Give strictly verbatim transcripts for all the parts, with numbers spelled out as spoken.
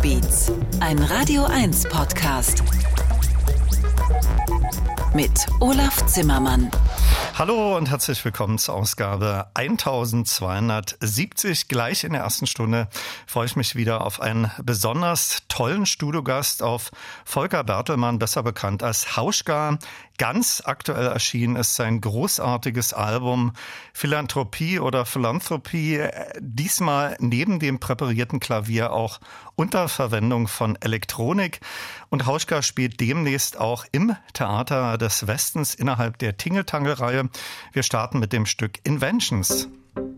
Elektrobeats, ein Radio eins Podcast mit Olaf Zimmermann. Hallo und herzlich willkommen zur Ausgabe eintausendzweihundertsiebzig. Gleich in der ersten Stunde freue ich mich wieder auf einen besonders tollen Studiogast, auf Volker Bertelmann, besser bekannt als Hauschka. Ganz aktuell erschienen ist sein großartiges Album Philanthropie oder Philanthropie. Diesmal neben dem präparierten Klavier auch unter Verwendung von Elektronik. Und Hauschka spielt demnächst auch im Theater des Westens innerhalb der Tingeltangel-Reihe. Wir starten mit dem Stück Inventions.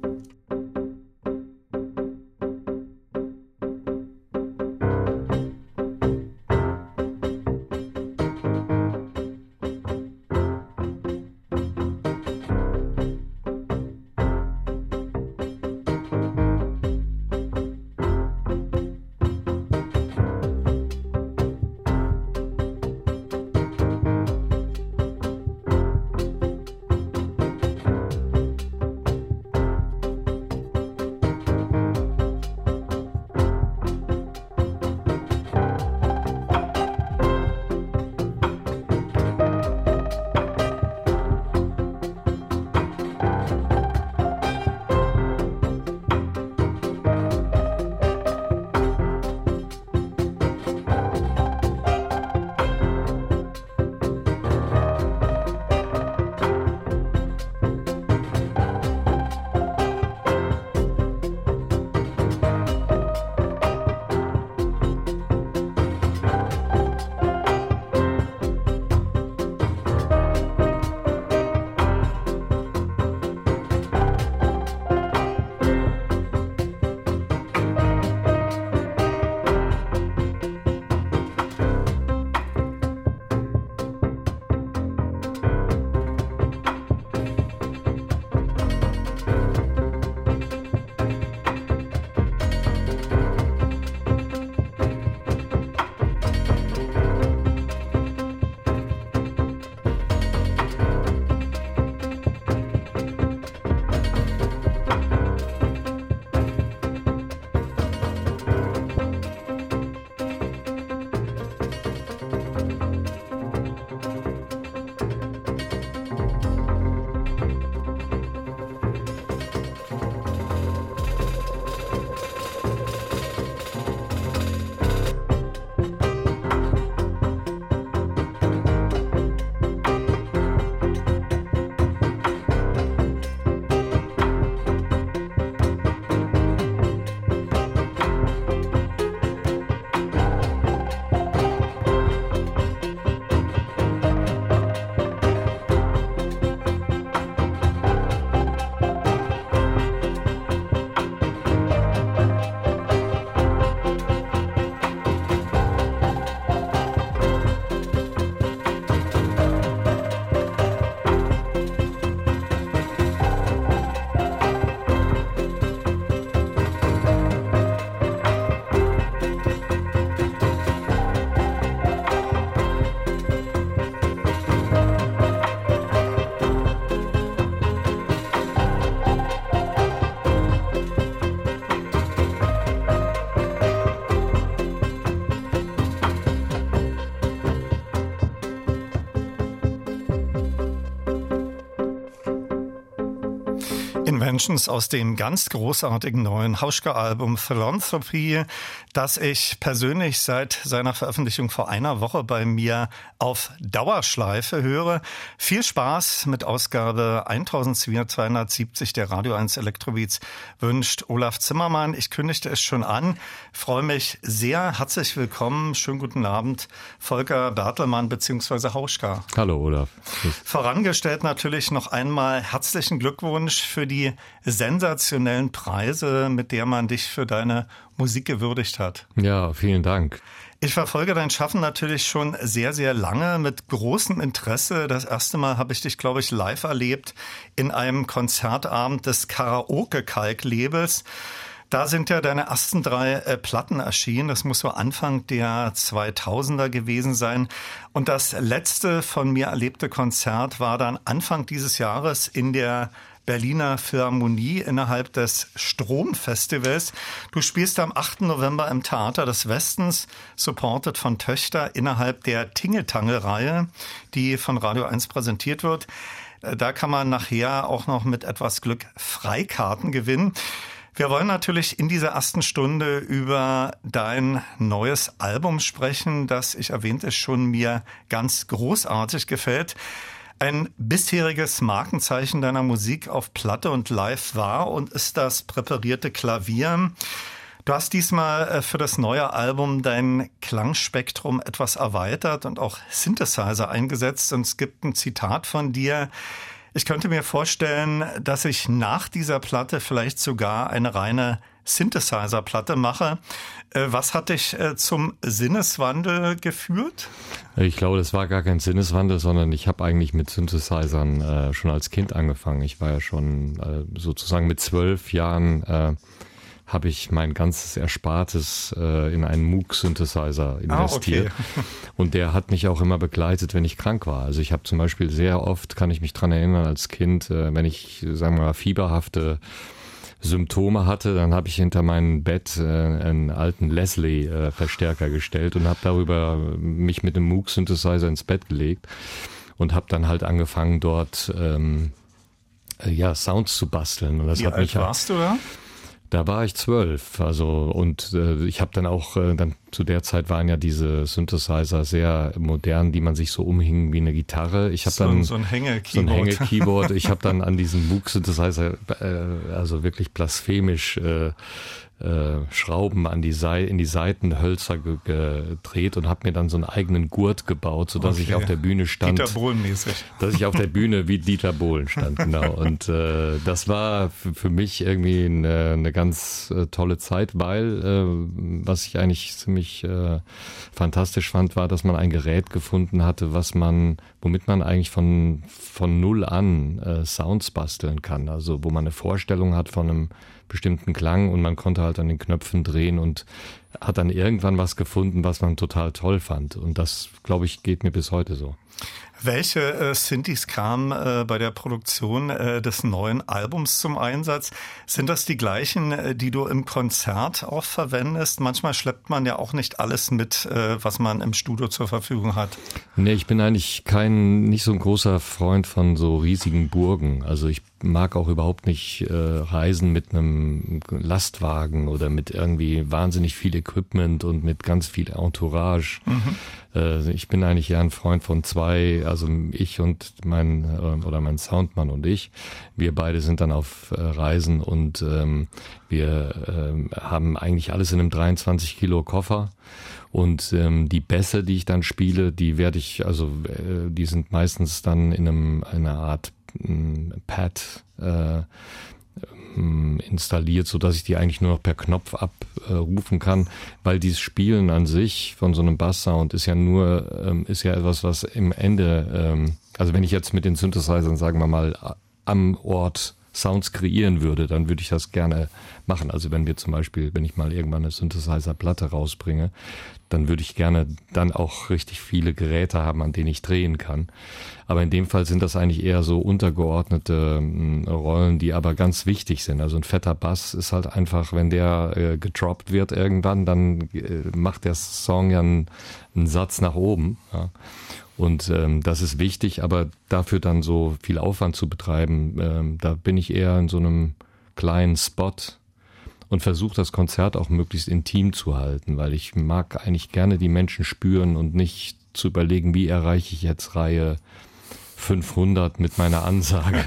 Inventions aus dem ganz großartigen neuen Hauschka-Album Philanthropy, das ich persönlich seit seiner Veröffentlichung vor einer Woche bei mir auf Dauerschleife höre. Viel Spaß mit Ausgabe eintausendzweihundertsiebzig der Radio eins Elektrobeats wünscht Olaf Zimmermann. Ich kündigte es schon an, freue mich sehr. Herzlich willkommen, schönen guten Abend, Volker Bertelmann bzw. Hauschka. Hallo Olaf. Vorangestellt natürlich noch einmal herzlichen Glückwunsch für die sensationellen Preise, mit der man dich für deine Musik gewürdigt hat. Ja, vielen Dank. Ich verfolge dein Schaffen natürlich schon sehr, sehr lange mit großem Interesse. Das erste Mal habe ich dich, glaube ich, live erlebt in einem Konzertabend des Karaoke-Kalk-Labels. Da sind ja deine ersten drei äh, Platten erschienen. Das muss so Anfang der zweitausender gewesen sein. Und das letzte von mir erlebte Konzert war dann Anfang dieses Jahres in der Berliner Philharmonie innerhalb des Stromfestivals. Du spielst am achten November im Theater des Westens, supported von Töchter innerhalb der Tingeltangel-Reihe, die von Radio eins präsentiert wird. Da kann man nachher auch noch mit etwas Glück Freikarten gewinnen. Wir wollen natürlich in dieser ersten Stunde über dein neues Album sprechen, das, ich erwähnte es schon, mir ganz großartig gefällt. Ein bisheriges Markenzeichen deiner Musik auf Platte und Live war und ist das präparierte Klavier. Du hast diesmal für das neue Album dein Klangspektrum etwas erweitert und auch Synthesizer eingesetzt. Und es gibt ein Zitat von dir: Ich könnte mir vorstellen, dass ich nach dieser Platte vielleicht sogar eine reine Synthesizer-Platte mache. Was hat dich zum Sinneswandel geführt? Ich glaube, das war gar kein Sinneswandel, sondern ich habe eigentlich mit Synthesizern äh, schon als Kind angefangen. Ich war ja schon äh, sozusagen mit zwölf Jahren äh, habe ich mein ganzes Erspartes äh, in einen Moog-Synthesizer investiert. Ah, okay. Und der hat mich auch immer begleitet, wenn ich krank war. Also ich habe zum Beispiel sehr oft, kann ich mich dran erinnern, als Kind, äh, wenn ich, sagen wir mal, fieberhafte Symptome hatte, dann habe ich hinter meinem Bett äh, einen alten Leslie-Verstärker äh, gestellt und habe darüber mich mit einem Moog-Synthesizer ins Bett gelegt und habe dann halt angefangen, dort ähm, äh, ja Sounds zu basteln. Und das Wie hat alt mich warst du da? Da war ich zwölf, also und äh, ich habe dann auch, äh, dann zu der Zeit waren ja diese Synthesizer sehr modern, die man sich so umhing wie eine Gitarre. Ich habe so, dann so ein Hänge-Keyboard. So ein Hänge-Keyboard. Ich habe dann an diesem Moog-Synthesizer äh, also wirklich blasphemisch äh, äh, Schrauben an die Sei- in die Seitenhölzer ge- gedreht und habe mir dann so einen eigenen Gurt gebaut, sodass okay. ich auf der Bühne stand. Dieter Bohlen-mäßig. Dass ich auf der Bühne wie Dieter Bohlen stand, genau. Und äh, das war f- für mich irgendwie eine, eine ganz äh, tolle Zeit, weil äh, was ich eigentlich ziemlich äh, fantastisch fand, war, dass man ein Gerät gefunden hatte, was man, womit man eigentlich von von null an äh, Sounds basteln kann. Also wo man eine Vorstellung hat von einem bestimmten Klang und man konnte halt an den Knöpfen drehen und hat dann irgendwann was gefunden, was man total toll fand. Und das, glaube ich, geht mir bis heute so. Welche äh, Synthes kamen äh, bei der Produktion äh, des neuen Albums zum Einsatz? Sind das die gleichen, äh, die du im Konzert auch verwendest? Manchmal schleppt man ja auch nicht alles mit, äh, was man im Studio zur Verfügung hat. Nee, ich bin eigentlich kein, nicht so ein großer Freund von so riesigen Burgen. Also ich mag auch überhaupt nicht äh, reisen mit einem Lastwagen oder mit irgendwie wahnsinnig viel Equipment und mit ganz viel Entourage. Mhm. Äh, ich bin eigentlich eher ein Freund von zwei, also ich und mein äh, oder mein Soundmann und ich. Wir beide sind dann auf äh, Reisen und ähm, wir äh, haben eigentlich alles in einem dreiundzwanzig Kilo Koffer. Und ähm, die Bässe, die ich dann spiele, die werde ich, also äh, die sind meistens dann in einem einer Art Pad äh, installiert, so dass ich die eigentlich nur noch per Knopf abrufen kann, weil dieses Spielen an sich von so einem Basssound ist ja nur, ähm, ist ja etwas, was im Ende, ähm, also wenn ich jetzt mit den Synthesizern, sagen wir mal, am Ort Sounds kreieren würde, dann würde ich das gerne machen. Also wenn wir zum Beispiel, wenn ich mal irgendwann eine Synthesizer-Platte rausbringe, dann würde ich gerne dann auch richtig viele Geräte haben, an denen ich drehen kann. Aber in dem Fall sind das eigentlich eher so untergeordnete äh, Rollen, die aber ganz wichtig sind. Also ein fetter Bass ist halt einfach, wenn der äh, gedroppt wird irgendwann, dann äh, macht der Song ja einen, einen Satz nach oben. Ja. Und ähm, das ist wichtig, aber dafür dann so viel Aufwand zu betreiben, ähm, da bin ich eher in so einem kleinen Spot und versuche das Konzert auch möglichst intim zu halten, weil ich mag eigentlich gerne die Menschen spüren und nicht zu überlegen, wie erreiche ich jetzt Reihe fünfhundert mit meiner Ansage.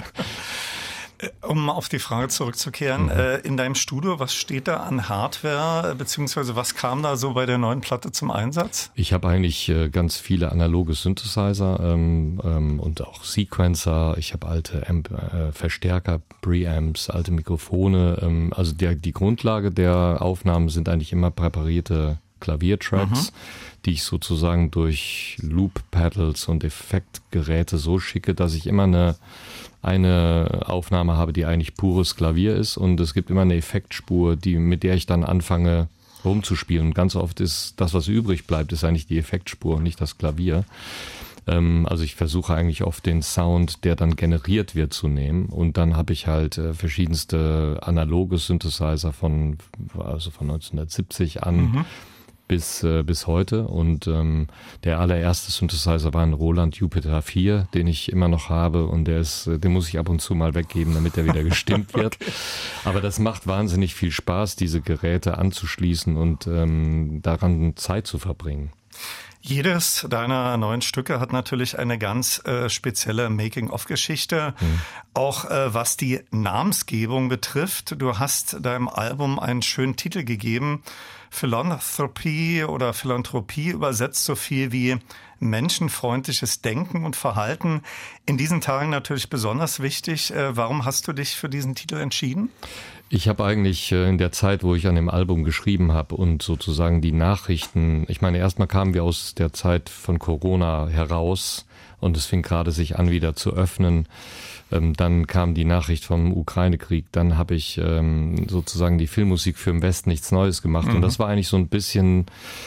Um auf die Frage zurückzukehren, mhm. in deinem Studio, was steht da an Hardware, beziehungsweise was kam da so bei der neuen Platte zum Einsatz? Ich habe eigentlich ganz viele analoge Synthesizer ähm, ähm, und auch Sequencer. Ich habe alte Amp, äh, Verstärker, Preamps, alte Mikrofone. Ähm, also der, die Grundlage der Aufnahmen sind eigentlich immer präparierte Klaviertracks, mhm. die ich sozusagen durch Loop-Pedals und Effektgeräte so schicke, dass ich immer eine eine Aufnahme habe, die eigentlich pures Klavier ist und es gibt immer eine Effektspur, die mit der ich dann anfange rumzuspielen. Und ganz oft ist das, was übrig bleibt, ist eigentlich die Effektspur und nicht das Klavier. Ähm, also ich versuche eigentlich oft den Sound, der dann generiert wird, zu nehmen. Und dann habe ich halt äh, verschiedenste analoge Synthesizer von, also von neunzehnhundertsiebzig an. Mhm. Bis, äh, bis heute. Und ähm, der allererste Synthesizer war ein Roland Jupiter vier, den ich immer noch habe, und der ist, den muss ich ab und zu mal weggeben, damit er wieder gestimmt wird. Okay. Aber das macht wahnsinnig viel Spaß, diese Geräte anzuschließen und ähm, daran Zeit zu verbringen. Jedes deiner neuen Stücke hat natürlich eine ganz äh, spezielle Making-of-Geschichte, mhm. auch äh, was die Namensgebung betrifft. Du hast deinem Album einen schönen Titel gegeben, Philanthropie oder Philanthropie, übersetzt so viel wie menschenfreundliches Denken und Verhalten. In diesen Tagen natürlich besonders wichtig. Äh, warum hast du dich für diesen Titel entschieden? Ich habe eigentlich in der Zeit, wo ich an dem Album geschrieben habe und sozusagen die Nachrichten, ich meine, erstmal kamen wir aus der Zeit von Corona heraus und es fing gerade sich an, wieder zu öffnen. Ähm, dann kam die Nachricht vom Ukraine-Krieg. Dann habe ich ähm, sozusagen die Filmmusik für im Westen nichts Neues gemacht. Mhm. Und das war eigentlich so ein bisschen,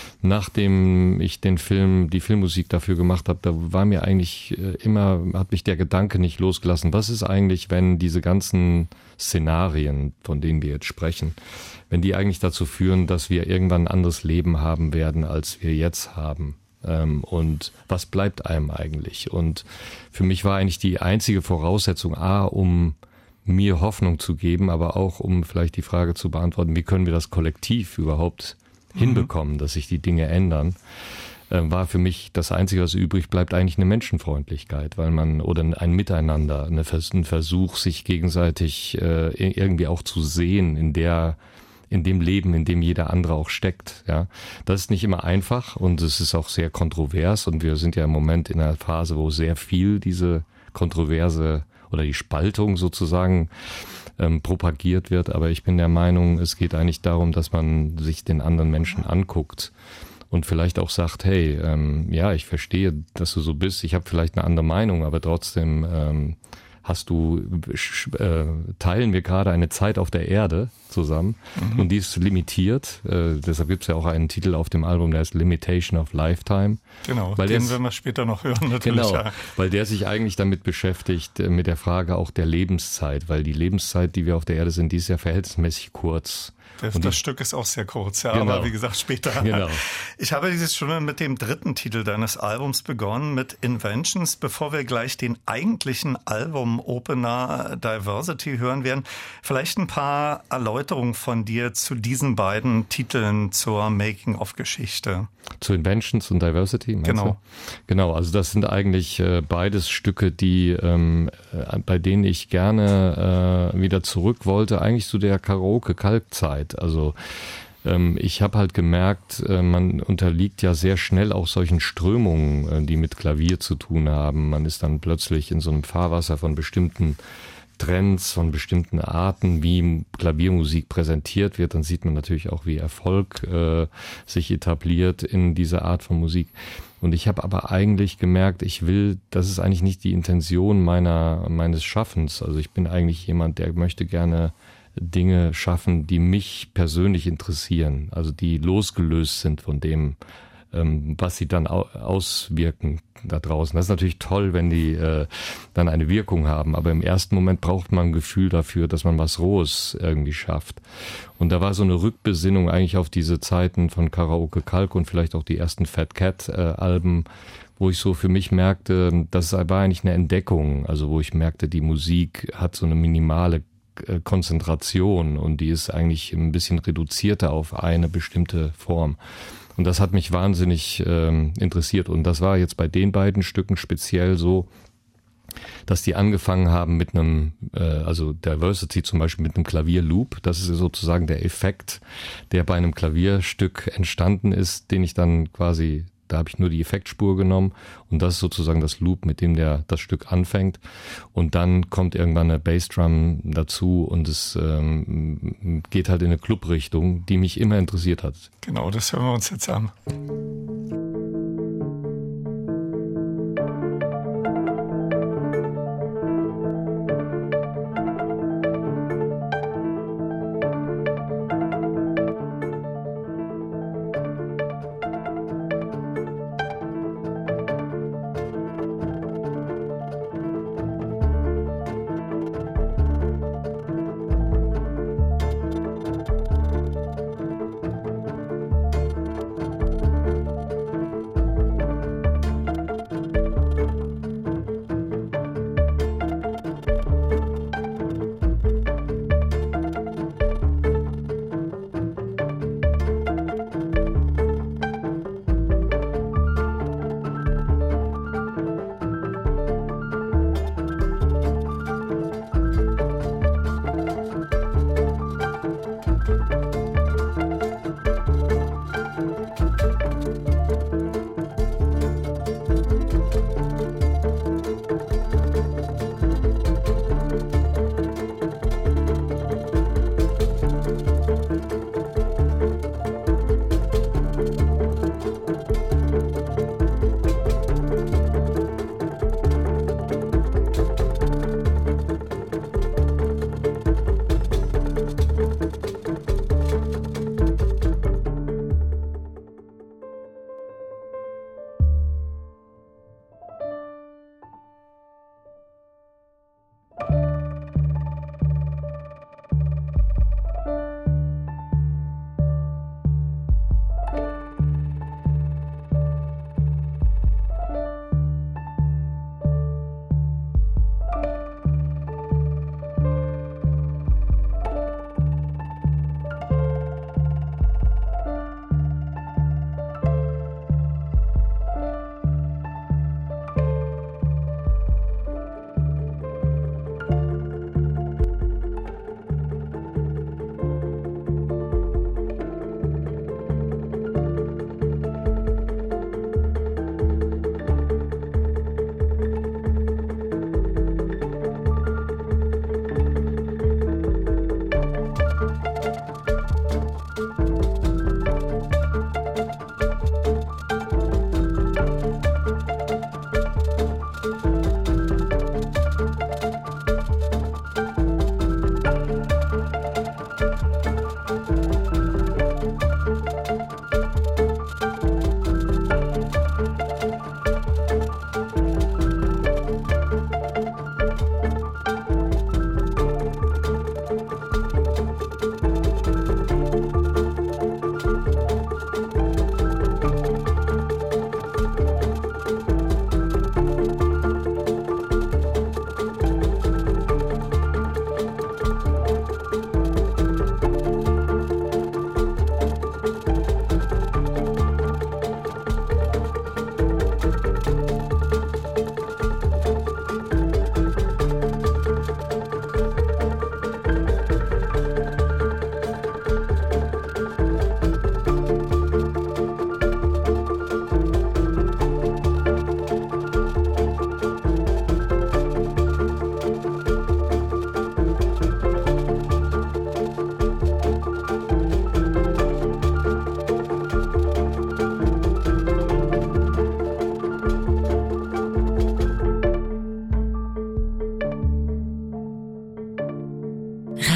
nachdem ich den Film, die Filmmusik dafür gemacht habe, da war mir eigentlich äh, immer, hat mich der Gedanke nicht losgelassen. Was ist eigentlich, wenn diese ganzen Szenarien, von denen wir jetzt sprechen, wenn die eigentlich dazu führen, dass wir irgendwann ein anderes Leben haben werden, als wir jetzt haben? Und was bleibt einem eigentlich? Und für mich war eigentlich die einzige Voraussetzung, A, um mir Hoffnung zu geben, aber auch um vielleicht die Frage zu beantworten, wie können wir das kollektiv überhaupt mhm. hinbekommen, dass sich die Dinge ändern, war für mich das Einzige, was übrig bleibt, eigentlich eine Menschenfreundlichkeit, weil man, oder ein Miteinander, eine, ein Versuch, sich gegenseitig äh, irgendwie auch zu sehen in der in dem Leben, in dem jeder andere auch steckt. Ja, das ist nicht immer einfach und es ist auch sehr kontrovers und wir sind ja im Moment in einer Phase, wo sehr viel diese Kontroverse oder die Spaltung sozusagen ähm, propagiert wird. Aber ich bin der Meinung, es geht eigentlich darum, dass man sich den anderen Menschen anguckt und vielleicht auch sagt, hey, ähm, ja, ich verstehe, dass du so bist. Ich habe vielleicht eine andere Meinung, aber trotzdem ähm, hast du, äh, teilen wir gerade eine Zeit auf der Erde zusammen mhm. und die ist limitiert. Äh, deshalb gibt es ja auch einen Titel auf dem Album, der heißt Limitation of Lifetime. Genau, weil den werden wir später noch hören natürlich. Genau, ja. weil der sich eigentlich damit beschäftigt, äh, mit der Frage auch der Lebenszeit, weil die Lebenszeit, die wir auf der Erde sind, die ist ja verhältnismäßig kurz. Das, und das Stück ist auch sehr kurz, ja, genau. aber wie gesagt später. Genau. Ich habe diese Stunde mit dem dritten Titel deines Albums begonnen, mit Inventions, bevor wir gleich den eigentlichen Album-Opener Diversity hören werden. Vielleicht ein paar Erläuterungen von dir zu diesen beiden Titeln zur Making-of-Geschichte. Zu Inventions und Diversity, meinst Genau. du? Genau, also das sind eigentlich äh, beides Stücke, die ähm, äh, bei denen ich gerne äh, wieder zurück wollte, eigentlich zu der Karaoke-Kalkzeit. Also ähm, ich habe halt gemerkt, äh, man unterliegt ja sehr schnell auch solchen Strömungen, äh, die mit Klavier zu tun haben. Man ist dann plötzlich in so einem Fahrwasser von bestimmten Trends, von bestimmten Arten, wie Klaviermusik präsentiert wird. Dann sieht man natürlich auch, wie Erfolg äh, sich etabliert in dieser Art von Musik. Und ich habe aber eigentlich gemerkt, ich will, das ist eigentlich nicht die Intention meiner meines Schaffens. Also ich bin eigentlich jemand, der möchte gerne Dinge schaffen, die mich persönlich interessieren, also die losgelöst sind von dem, ähm, was sie dann au- auswirken da draußen. Das ist natürlich toll, wenn die äh, dann eine Wirkung haben, aber im ersten Moment braucht man ein Gefühl dafür, dass man was Rohes irgendwie schafft. Und da war so eine Rückbesinnung eigentlich auf diese Zeiten von Karaoke Kalk und vielleicht auch die ersten Fat Cat äh, Alben, wo ich so für mich merkte, das war eigentlich eine Entdeckung, also wo ich merkte, die Musik hat so eine minimale äh, Konzentration und die ist eigentlich ein bisschen reduzierter auf eine bestimmte Form. Und das hat mich wahnsinnig ähm, interessiert. Und das war jetzt bei den beiden Stücken speziell so, dass die angefangen haben mit einem, äh, also Diversity zum Beispiel mit einem Klavierloop. Das ist sozusagen der Effekt, der bei einem Klavierstück entstanden ist, den ich dann quasi, da habe ich nur die Effektspur genommen und das ist sozusagen das Loop, mit dem der das Stück anfängt. Und dann kommt irgendwann eine Bassdrum dazu und es ähm, geht halt in eine Clubrichtung, die mich immer interessiert hat. Genau, das hören wir uns jetzt an.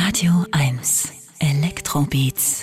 Radio eins Elektrobeats.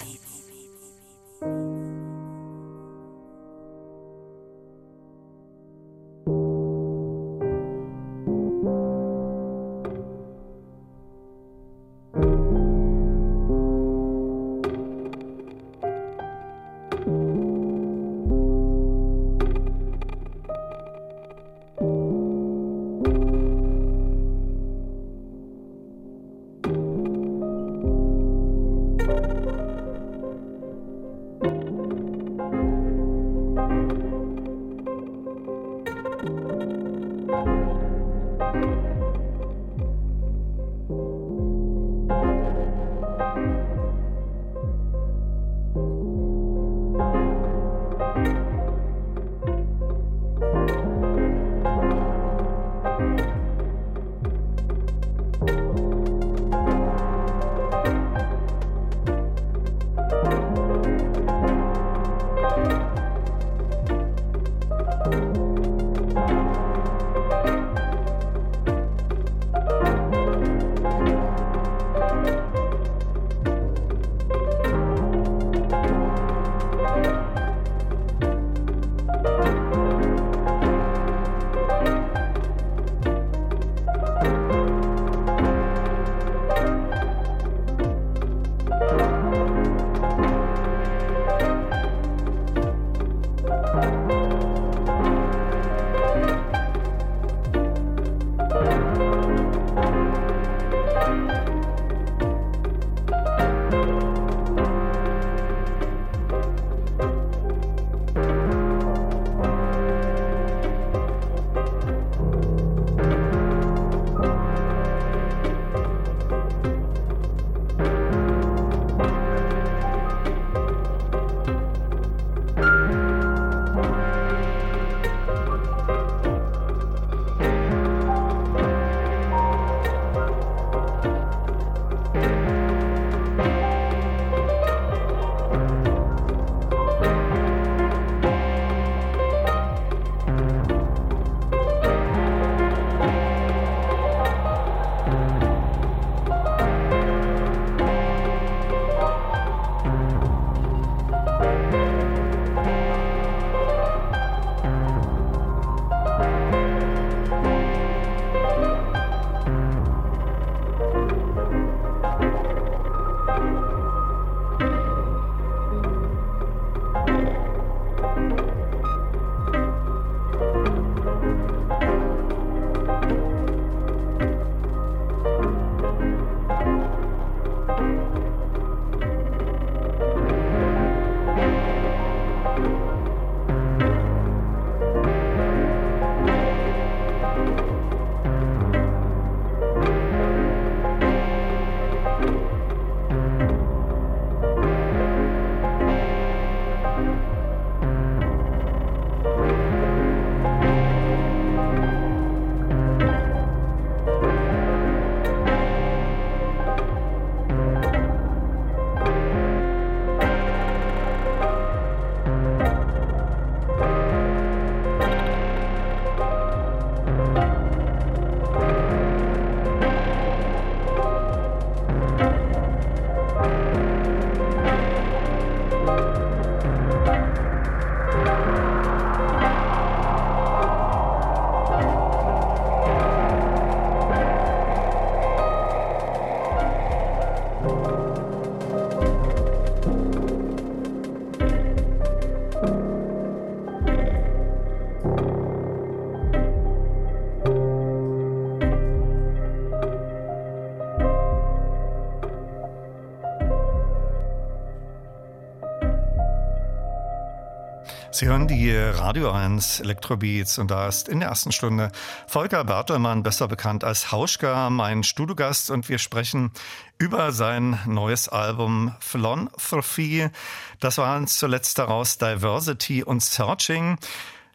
Sie hören die Radio eins Elektrobeats und da ist in der ersten Stunde Volker Bertelmann, besser bekannt als Hauschka, mein Studiogast, und wir sprechen über sein neues Album Philanthropy. Das waren zuletzt daraus Diversity und Searching.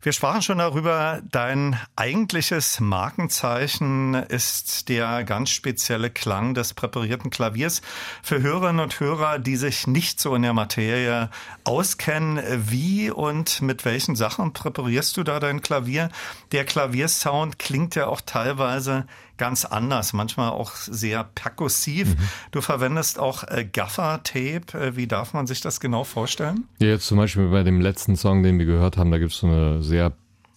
Wir sprachen schon darüber, dein eigentliches Markenzeichen ist der ganz spezielle Klang des präparierten Klaviers. Für Hörerinnen und Hörer, die sich nicht so in der Materie auskennen, wie und mit welchen Sachen präparierst du da dein Klavier? Der Klaviersound klingt ja auch teilweise ganz anders, manchmal auch sehr perkussiv. Mhm. Du verwendest auch äh, Gaffer-Tape. Wie darf man sich das genau vorstellen? Ja, jetzt zum Beispiel bei dem letzten Song, den wir gehört haben, da gibt es so eine sehr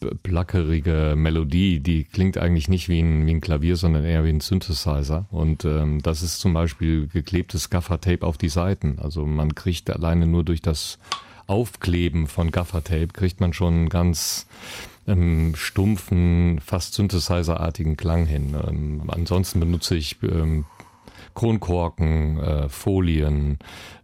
plackerige Melodie, die klingt eigentlich nicht wie ein, wie ein Klavier, sondern eher wie ein Synthesizer. Und ähm, das ist zum Beispiel geklebtes Gaffer-Tape auf die Seiten. Also man kriegt alleine nur durch das Aufkleben von Gaffer-Tape, kriegt man schon einen ganz ähm, stumpfen, fast Synthesizer-artigen Klang hin. Ähm, ansonsten benutze ich ähm, Kronkorken, äh, Folien,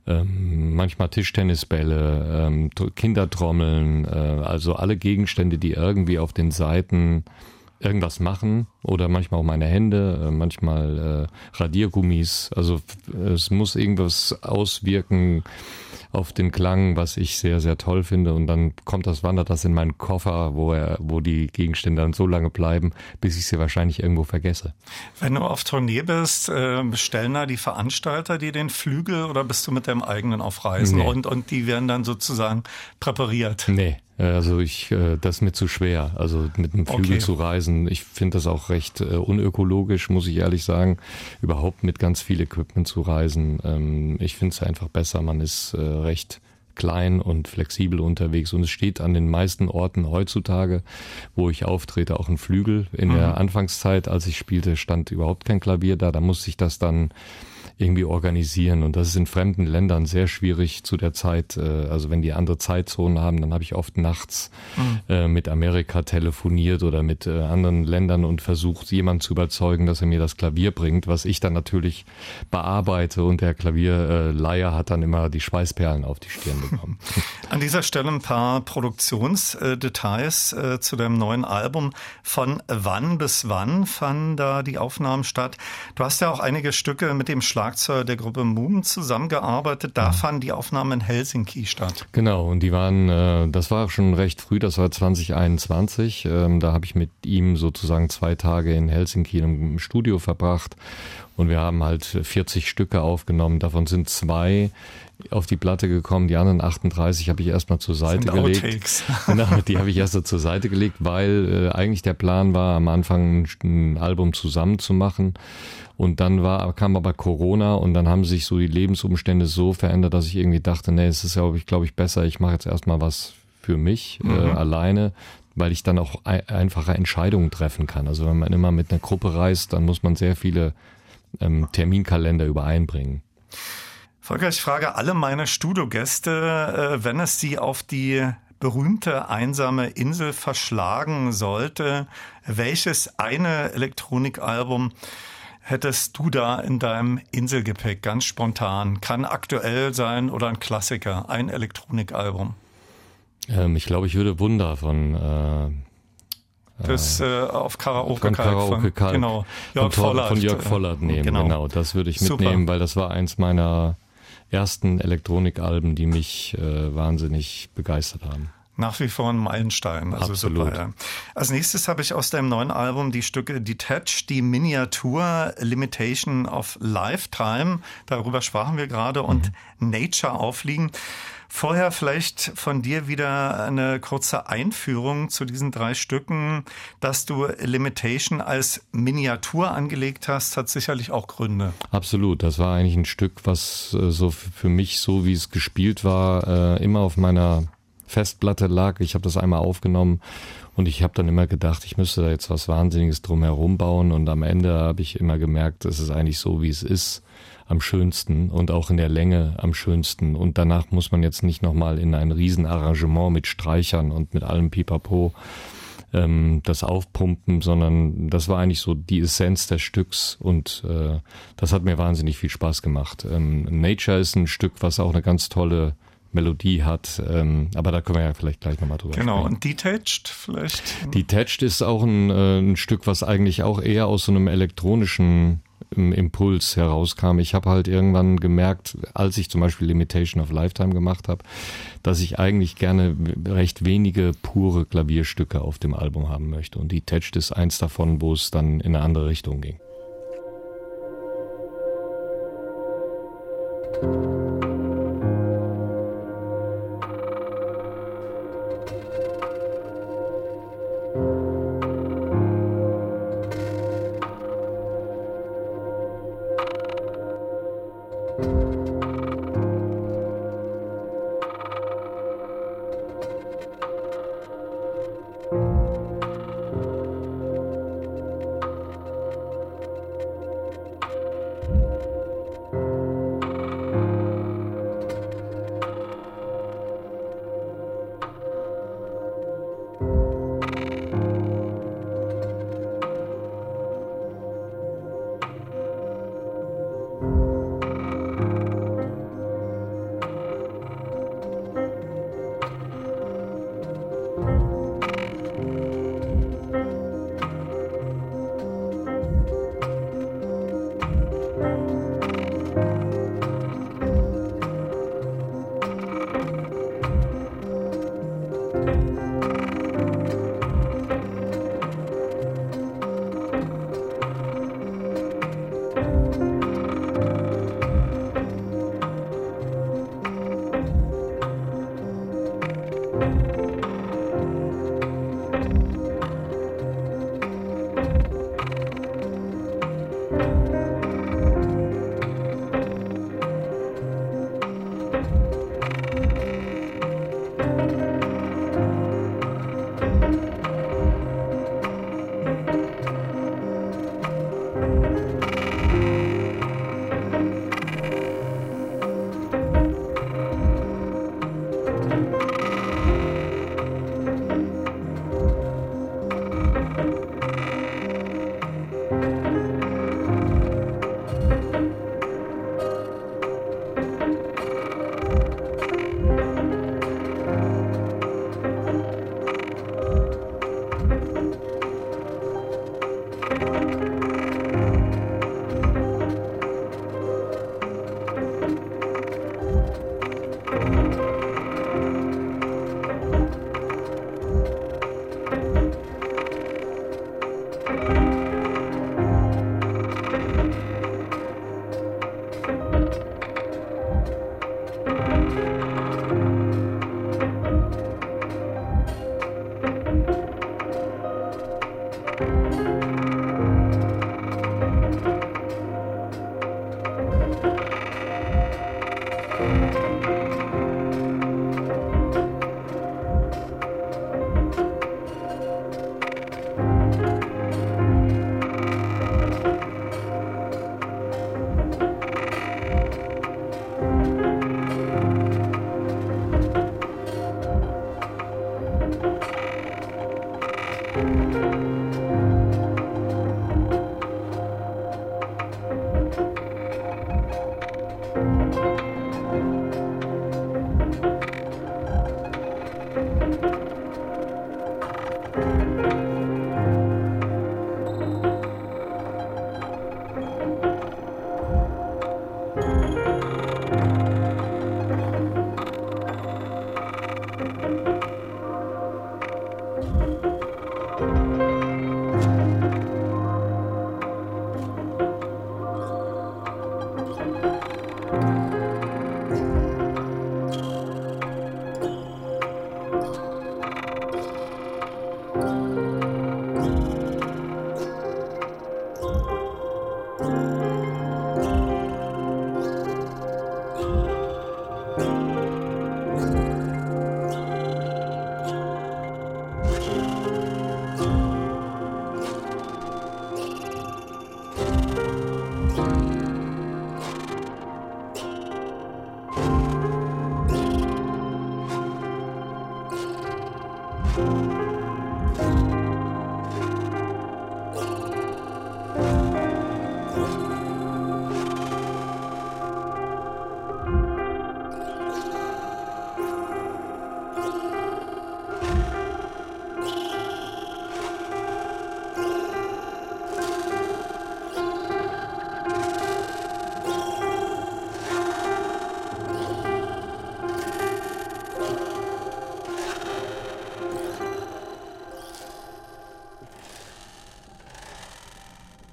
ähm, manchmal Tischtennisbälle, ähm, Kindertrommeln, äh, also alle Gegenstände, die irgendwie auf den Seiten irgendwas machen, oder manchmal auch meine Hände, äh, manchmal äh, Radiergummis. Also es muss irgendwas auswirken auf den Klang, was ich sehr, sehr toll finde, und dann kommt das, wandert das in meinen Koffer, wo er, wo die Gegenstände dann so lange bleiben, bis ich sie wahrscheinlich irgendwo vergesse. Wenn du auf Tournee bist, äh, bestellen da die Veranstalter dir den Flügel oder bist du mit deinem eigenen auf Reisen? Nee. Und, und die werden dann sozusagen präpariert? Nee. Also ich, das ist mir zu schwer, also mit einem Flügel okay. zu reisen. Ich finde das auch recht äh, unökologisch, muss ich ehrlich sagen, überhaupt mit ganz viel Equipment zu reisen. Ähm, ich finde es einfach besser, man ist äh, recht klein und flexibel unterwegs, und es steht an den meisten Orten heutzutage, wo ich auftrete, auch ein Flügel. In mhm. der Anfangszeit, als ich spielte, stand überhaupt kein Klavier da, da musste ich das dann irgendwie organisieren, und das ist in fremden Ländern sehr schwierig zu der Zeit. Also wenn die andere Zeitzonen haben, dann habe ich oft nachts mhm. äh, mit Amerika telefoniert oder mit äh, anderen Ländern und versucht, jemanden zu überzeugen, dass er mir das Klavier bringt, was ich dann natürlich bearbeite, und der Klavierleier hat dann immer die Schweißperlen auf die Stirn bekommen. An dieser Stelle ein paar Produktionsdetails äh, zu deinem neuen Album. Von wann bis wann fanden da die Aufnahmen statt? Du hast ja auch einige Stücke mit dem Schlag der Gruppe Mumen zusammengearbeitet. Da ja. fanden die Aufnahmen in Helsinki statt. Genau, und die waren, äh, das war schon recht früh, das war zwanzig einundzwanzig. Ähm, da habe ich mit ihm sozusagen zwei Tage in Helsinki im Studio verbracht, und wir haben halt vierzig Stücke aufgenommen. Davon sind zwei auf die Platte gekommen, die anderen achtunddreißig habe ich erstmal zur Seite sind gelegt. Outtakes. Genau, die habe ich erst so zur Seite gelegt, weil äh, eigentlich der Plan war, am Anfang ein, ein Album zusammen zu machen. Und dann war, kam aber Corona, und dann haben sich so die Lebensumstände so verändert, dass ich irgendwie dachte, nee, es ist ja, ich glaube ich, besser, ich mache jetzt erstmal was für mich mhm. äh, alleine, weil ich dann auch ein, einfache Entscheidungen treffen kann. Also wenn man immer mit einer Gruppe reist, dann muss man sehr viele ähm, Terminkalender übereinbringen. Volker, ich frage alle meine Studiogäste, äh, wenn es sie auf die berühmte einsame Insel verschlagen sollte, welches eine Elektronikalbum hättest du da in deinem Inselgepäck, ganz spontan? Kann aktuell sein oder ein Klassiker, ein Elektronikalbum? Ähm, ich glaube, ich würde Wunder von äh, das äh, auf Karaoke von Karaoke Kalk, genau, Jörg von, Vollert, von Jörg Vollert nehmen. Genau, genau das würde ich Super. mitnehmen, weil das war eins meiner ersten Elektronikalben, die mich äh, wahnsinnig begeistert haben. Nach wie vor ein Meilenstein. Also Absolut. Super, ja. Als nächstes habe ich aus deinem neuen Album die Stücke Detached, die Miniatur Limitation of Lifetime, darüber sprachen wir gerade, und mhm. Nature aufliegen. Vorher vielleicht von dir wieder eine kurze Einführung zu diesen drei Stücken. Dass du Limitation als Miniatur angelegt hast, hat sicherlich auch Gründe. Absolut, das war eigentlich ein Stück, was äh, so für mich, so wie es gespielt war, äh, immer auf meiner Festplatte lag. Ich habe das einmal aufgenommen, und ich habe dann immer gedacht, ich müsste da jetzt was Wahnsinniges drumherum bauen, und am Ende habe ich immer gemerkt, es ist eigentlich so, wie es ist, am schönsten, und auch in der Länge am schönsten, und danach muss man jetzt nicht nochmal in ein Riesenarrangement mit Streichern und mit allem Pipapo ähm, das aufpumpen, sondern das war eigentlich so die Essenz des Stücks, und äh, das hat mir wahnsinnig viel Spaß gemacht. Ähm, Nature ist ein Stück, was auch eine ganz tolle Melodie hat, ähm, aber da können wir ja vielleicht gleich nochmal drüber genau, sprechen. Und Detached vielleicht? Detached ist auch ein, äh, ein Stück, was eigentlich auch eher aus so einem elektronischen Impuls herauskam. Ich habe halt irgendwann gemerkt, als ich zum Beispiel Limitation of Lifetime gemacht habe, dass ich eigentlich gerne recht wenige pure Klavierstücke auf dem Album haben möchte. Und Detached ist eins davon, wo es dann in eine andere Richtung ging.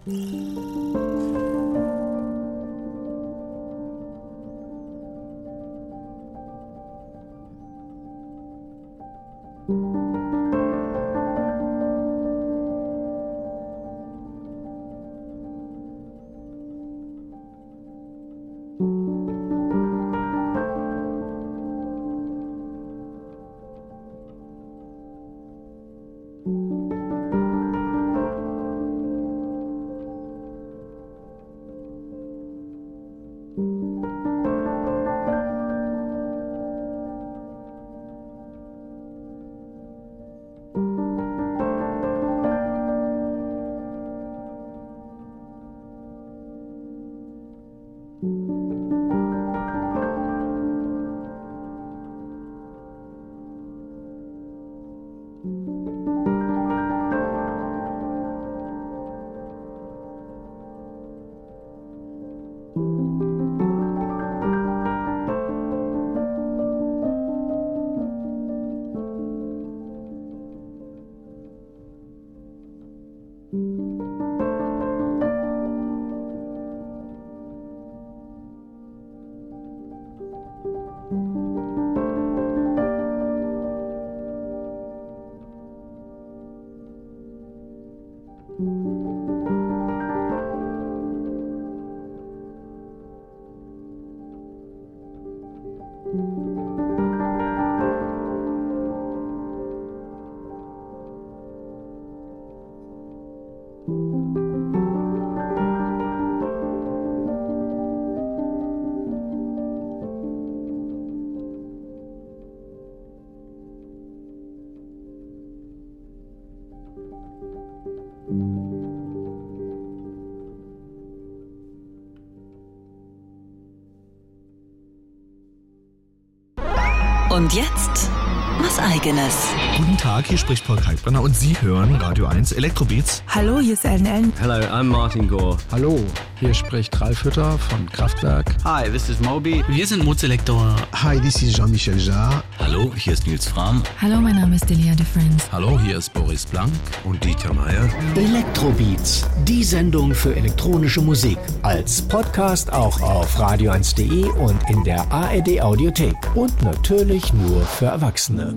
Und jetzt was Eigenes. Guten Tag, hier spricht Paul Kalkbrenner und Sie hören Radio eins Elektrobeats. Hallo, hier ist Ellen Ellen. Hello, I'm Martin Gore. Hallo, hier spricht Ralf Hütter von Kraftwerk. Hi, this is Moby. Wir sind Mozelektor. Hi, this is Jean-Michel Jarre. Hallo, hier ist Nils Frahm. Hallo, mein Name ist Delia de Friends. Hallo, hier ist Boris Blank und Dieter Meier. Elektrobeats, die Sendung für elektronische Musik. Als Podcast auch auf radio eins punkt de und in der A R D Audiothek. Und natürlich nur für Erwachsene.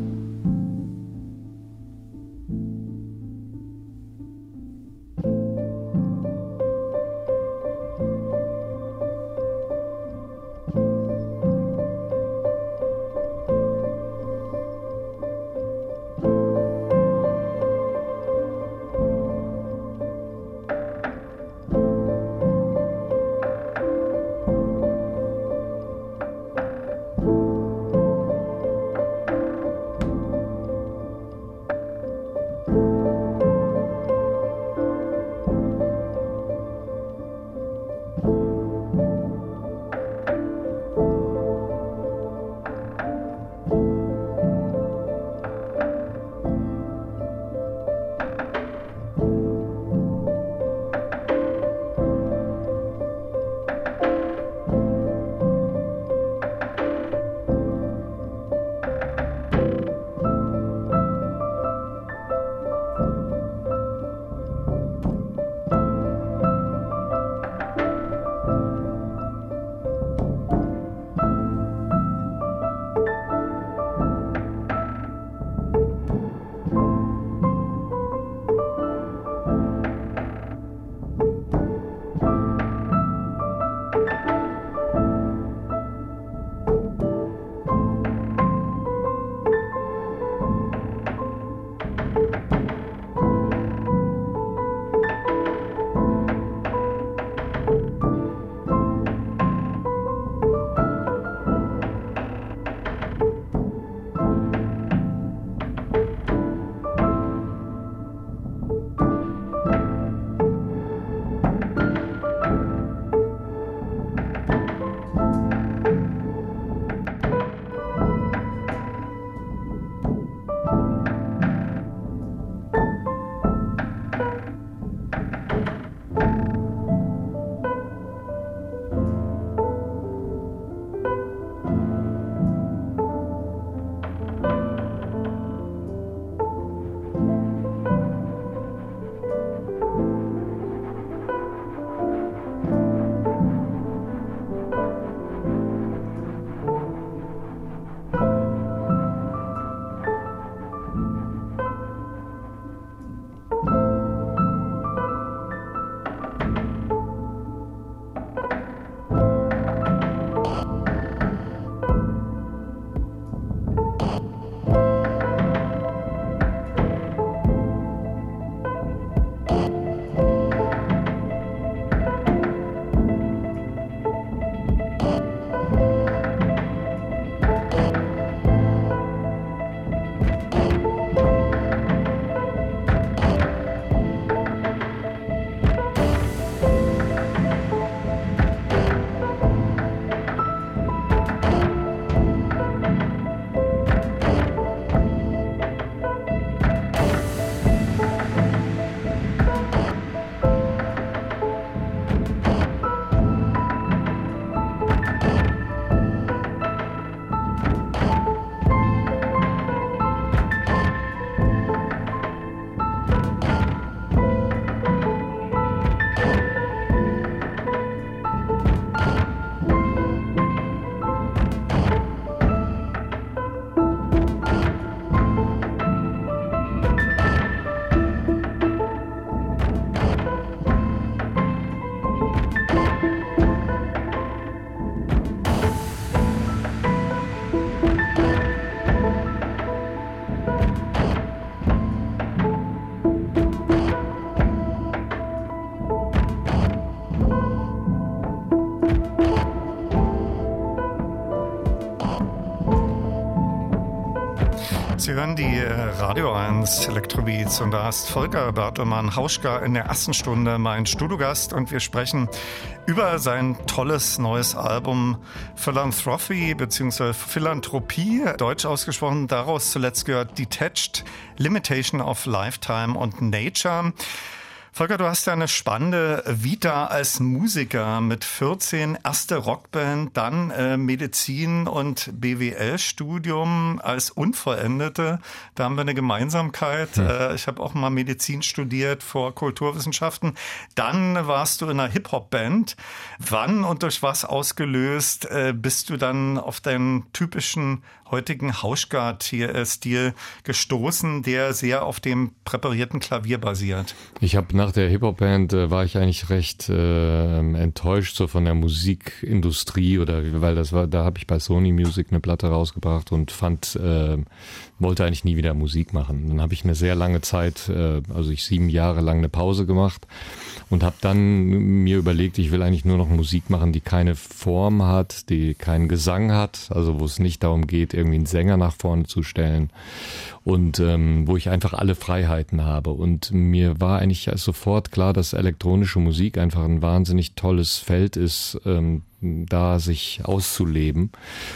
Sie hören die Radio eins Elektrobeats und da ist Volker Bertelmann, Hauschka, in der ersten Stunde mein Studiogast und wir sprechen über sein tolles neues Album Philanthropy bzw. Philanthropie, deutsch ausgesprochen. Daraus zuletzt gehört Detached, Limitation of Lifetime und Nature. Volker, du hast ja eine spannende Vita als Musiker mit vierzehn, erste Rockband, dann äh, Medizin und B W L-Studium als Unvollendete. Da haben wir eine Gemeinsamkeit. Hm. Äh, ich habe auch mal Medizin studiert vor Kulturwissenschaften. Dann warst du in einer Hip-Hop-Band. Wann und durch was ausgelöst äh, bist du dann auf deinen typischen heutigen Hauschka-Stil gestoßen, der sehr auf dem präparierten Klavier basiert? Ich habe nach der Hip-Hop-Band äh, war ich eigentlich recht äh, enttäuscht so von der Musikindustrie oder weil das war, da habe ich bei Sony Music eine Platte rausgebracht und fand, äh, wollte eigentlich nie wieder Musik machen. Dann habe ich eine sehr lange Zeit, äh, also ich sieben Jahre lang eine Pause gemacht und habe dann mir überlegt, ich will eigentlich nur noch Musik machen, die keine Form hat, die keinen Gesang hat, also wo es nicht darum geht, irgendwie einen Sänger nach vorne zu stellen und ähm, wo ich einfach alle Freiheiten habe. Und mir war eigentlich sofort klar, dass elektronische Musik einfach ein wahnsinnig tolles Feld ist, ähm, da sich auszuleben.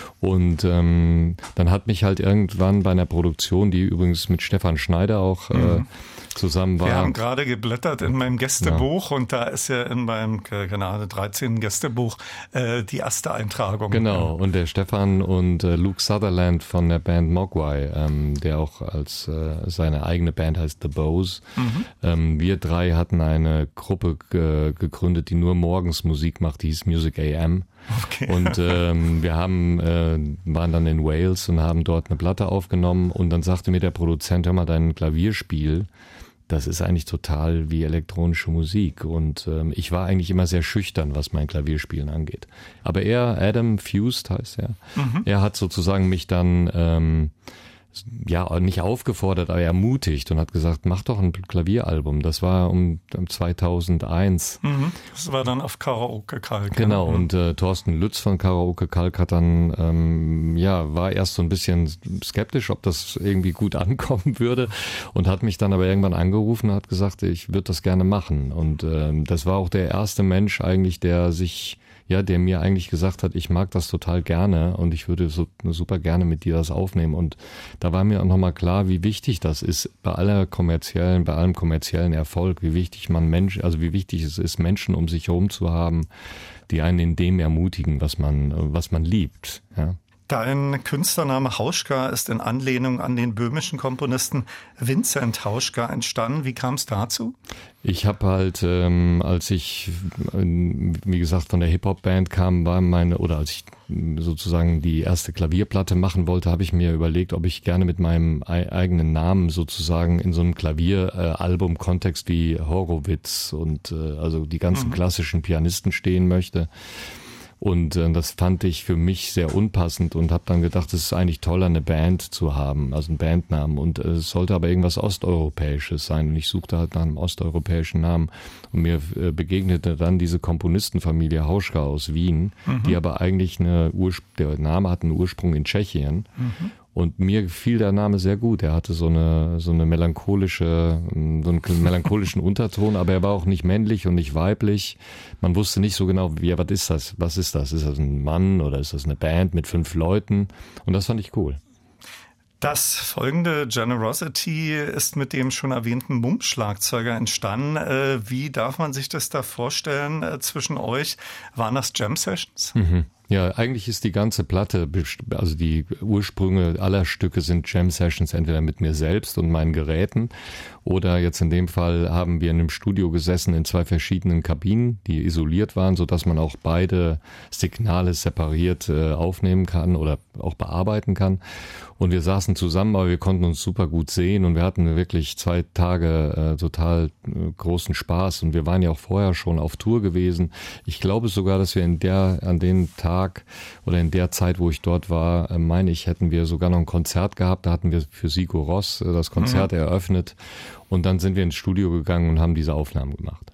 Und ähm, dann hat mich halt irgendwann bei einer Produktion, die übrigens mit Stefan Schneider auch äh, mhm. zusammen war. Wir haben gerade geblättert in meinem Gästebuch ja. und da ist ja in meinem gerade dreizehnten Gästebuch äh, die erste Eintragung. Genau, und der Stefan und äh, Luke Sutherland von der Band Mogwai, ähm, der auch als äh, seine eigene Band heißt The Bows. Mhm. Ähm, wir drei hatten eine Gruppe ge- gegründet, die nur morgens Musik macht, die hieß Music A M. Okay. Und ähm, wir haben äh, waren dann in Wales und haben dort eine Platte aufgenommen und dann sagte mir der Produzent, hör mal, dein Klavierspiel, das ist eigentlich total wie elektronische Musik und ähm, ich war eigentlich immer sehr schüchtern, was mein Klavierspielen angeht. Aber er, Adam Fused heißt er, mhm. er hat sozusagen mich dann ähm, ja, nicht aufgefordert, aber ermutigt und hat gesagt, mach doch ein Klavieralbum. Das war um, um zweitausendeins. Mhm. Das war dann auf Karaoke Kalk. Genau, ja. und äh, Thorsten Lütz von Karaoke Kalk hat dann, ähm, ja, war erst so ein bisschen skeptisch, ob das irgendwie gut ankommen würde und hat mich dann aber irgendwann angerufen und hat gesagt, ich würde das gerne machen. Und ähm, das war auch der erste Mensch eigentlich, der sich ja, der mir eigentlich gesagt hat, ich mag das total gerne und ich würde so super gerne mit dir das aufnehmen. Und da war mir auch nochmal klar, wie wichtig das ist, bei aller kommerziellen, bei allem kommerziellen Erfolg, wie wichtig man Mensch, also wie wichtig es ist, Menschen um sich herum zu haben, die einen in dem ermutigen, was man, was man liebt, ja. Dein Künstlername Hauschka ist in Anlehnung an den böhmischen Komponisten Vincent Hauschka entstanden. Wie kam es dazu? Ich habe halt, ähm, als ich, wie gesagt, von der Hip-Hop-Band kam, war meine, oder als ich sozusagen die erste Klavierplatte machen wollte, habe ich mir überlegt, ob ich gerne mit meinem e- eigenen Namen sozusagen in so einem Klavieralbum-Kontext wie Horowitz und äh, also die ganzen mhm. klassischen Pianisten stehen möchte. Und äh, das fand ich für mich sehr unpassend und habe dann gedacht, es ist eigentlich toller, eine Band zu haben, also einen Bandnamen. Und äh, es sollte aber irgendwas Osteuropäisches sein. Und ich suchte halt nach einem osteuropäischen Namen. Und mir äh, begegnete dann diese Komponistenfamilie Hauschka aus Wien, mhm. die aber eigentlich eine Urspr- der Name hat einen Ursprung in Tschechien. Mhm. Und mir gefiel der Name sehr gut. Er hatte so eine so eine melancholische, so einen melancholischen Unterton, aber er war auch nicht männlich und nicht weiblich. Man wusste nicht so genau, wie, was ist das? Was ist das? Ist das ein Mann oder ist das eine Band mit fünf Leuten? Und das fand ich cool. Das folgende Generosity ist mit dem schon erwähnten Mump-Schlagzeuger entstanden. Wie darf man sich das da vorstellen zwischen euch? Waren das Jam-Sessions? Mhm. Ja, eigentlich ist die ganze Platte, also die Ursprünge aller Stücke sind Jam-Sessions, entweder mit mir selbst und meinen Geräten oder jetzt in dem Fall haben wir in einem Studio gesessen in zwei verschiedenen Kabinen, die isoliert waren, sodass man auch beide Signale separiert äh, aufnehmen kann oder auch bearbeiten kann. Und wir saßen zusammen, aber wir konnten uns super gut sehen und wir hatten wirklich zwei Tage äh, total äh, großen Spaß und wir waren ja auch vorher schon auf Tour gewesen. Ich glaube sogar, dass wir in der an den Tag oder in der Zeit, wo ich dort war, äh, meine ich, hätten wir sogar noch ein Konzert gehabt. Da hatten wir für Sigur Rós äh, das Konzert mhm. eröffnet und dann sind wir ins Studio gegangen und haben diese Aufnahmen gemacht.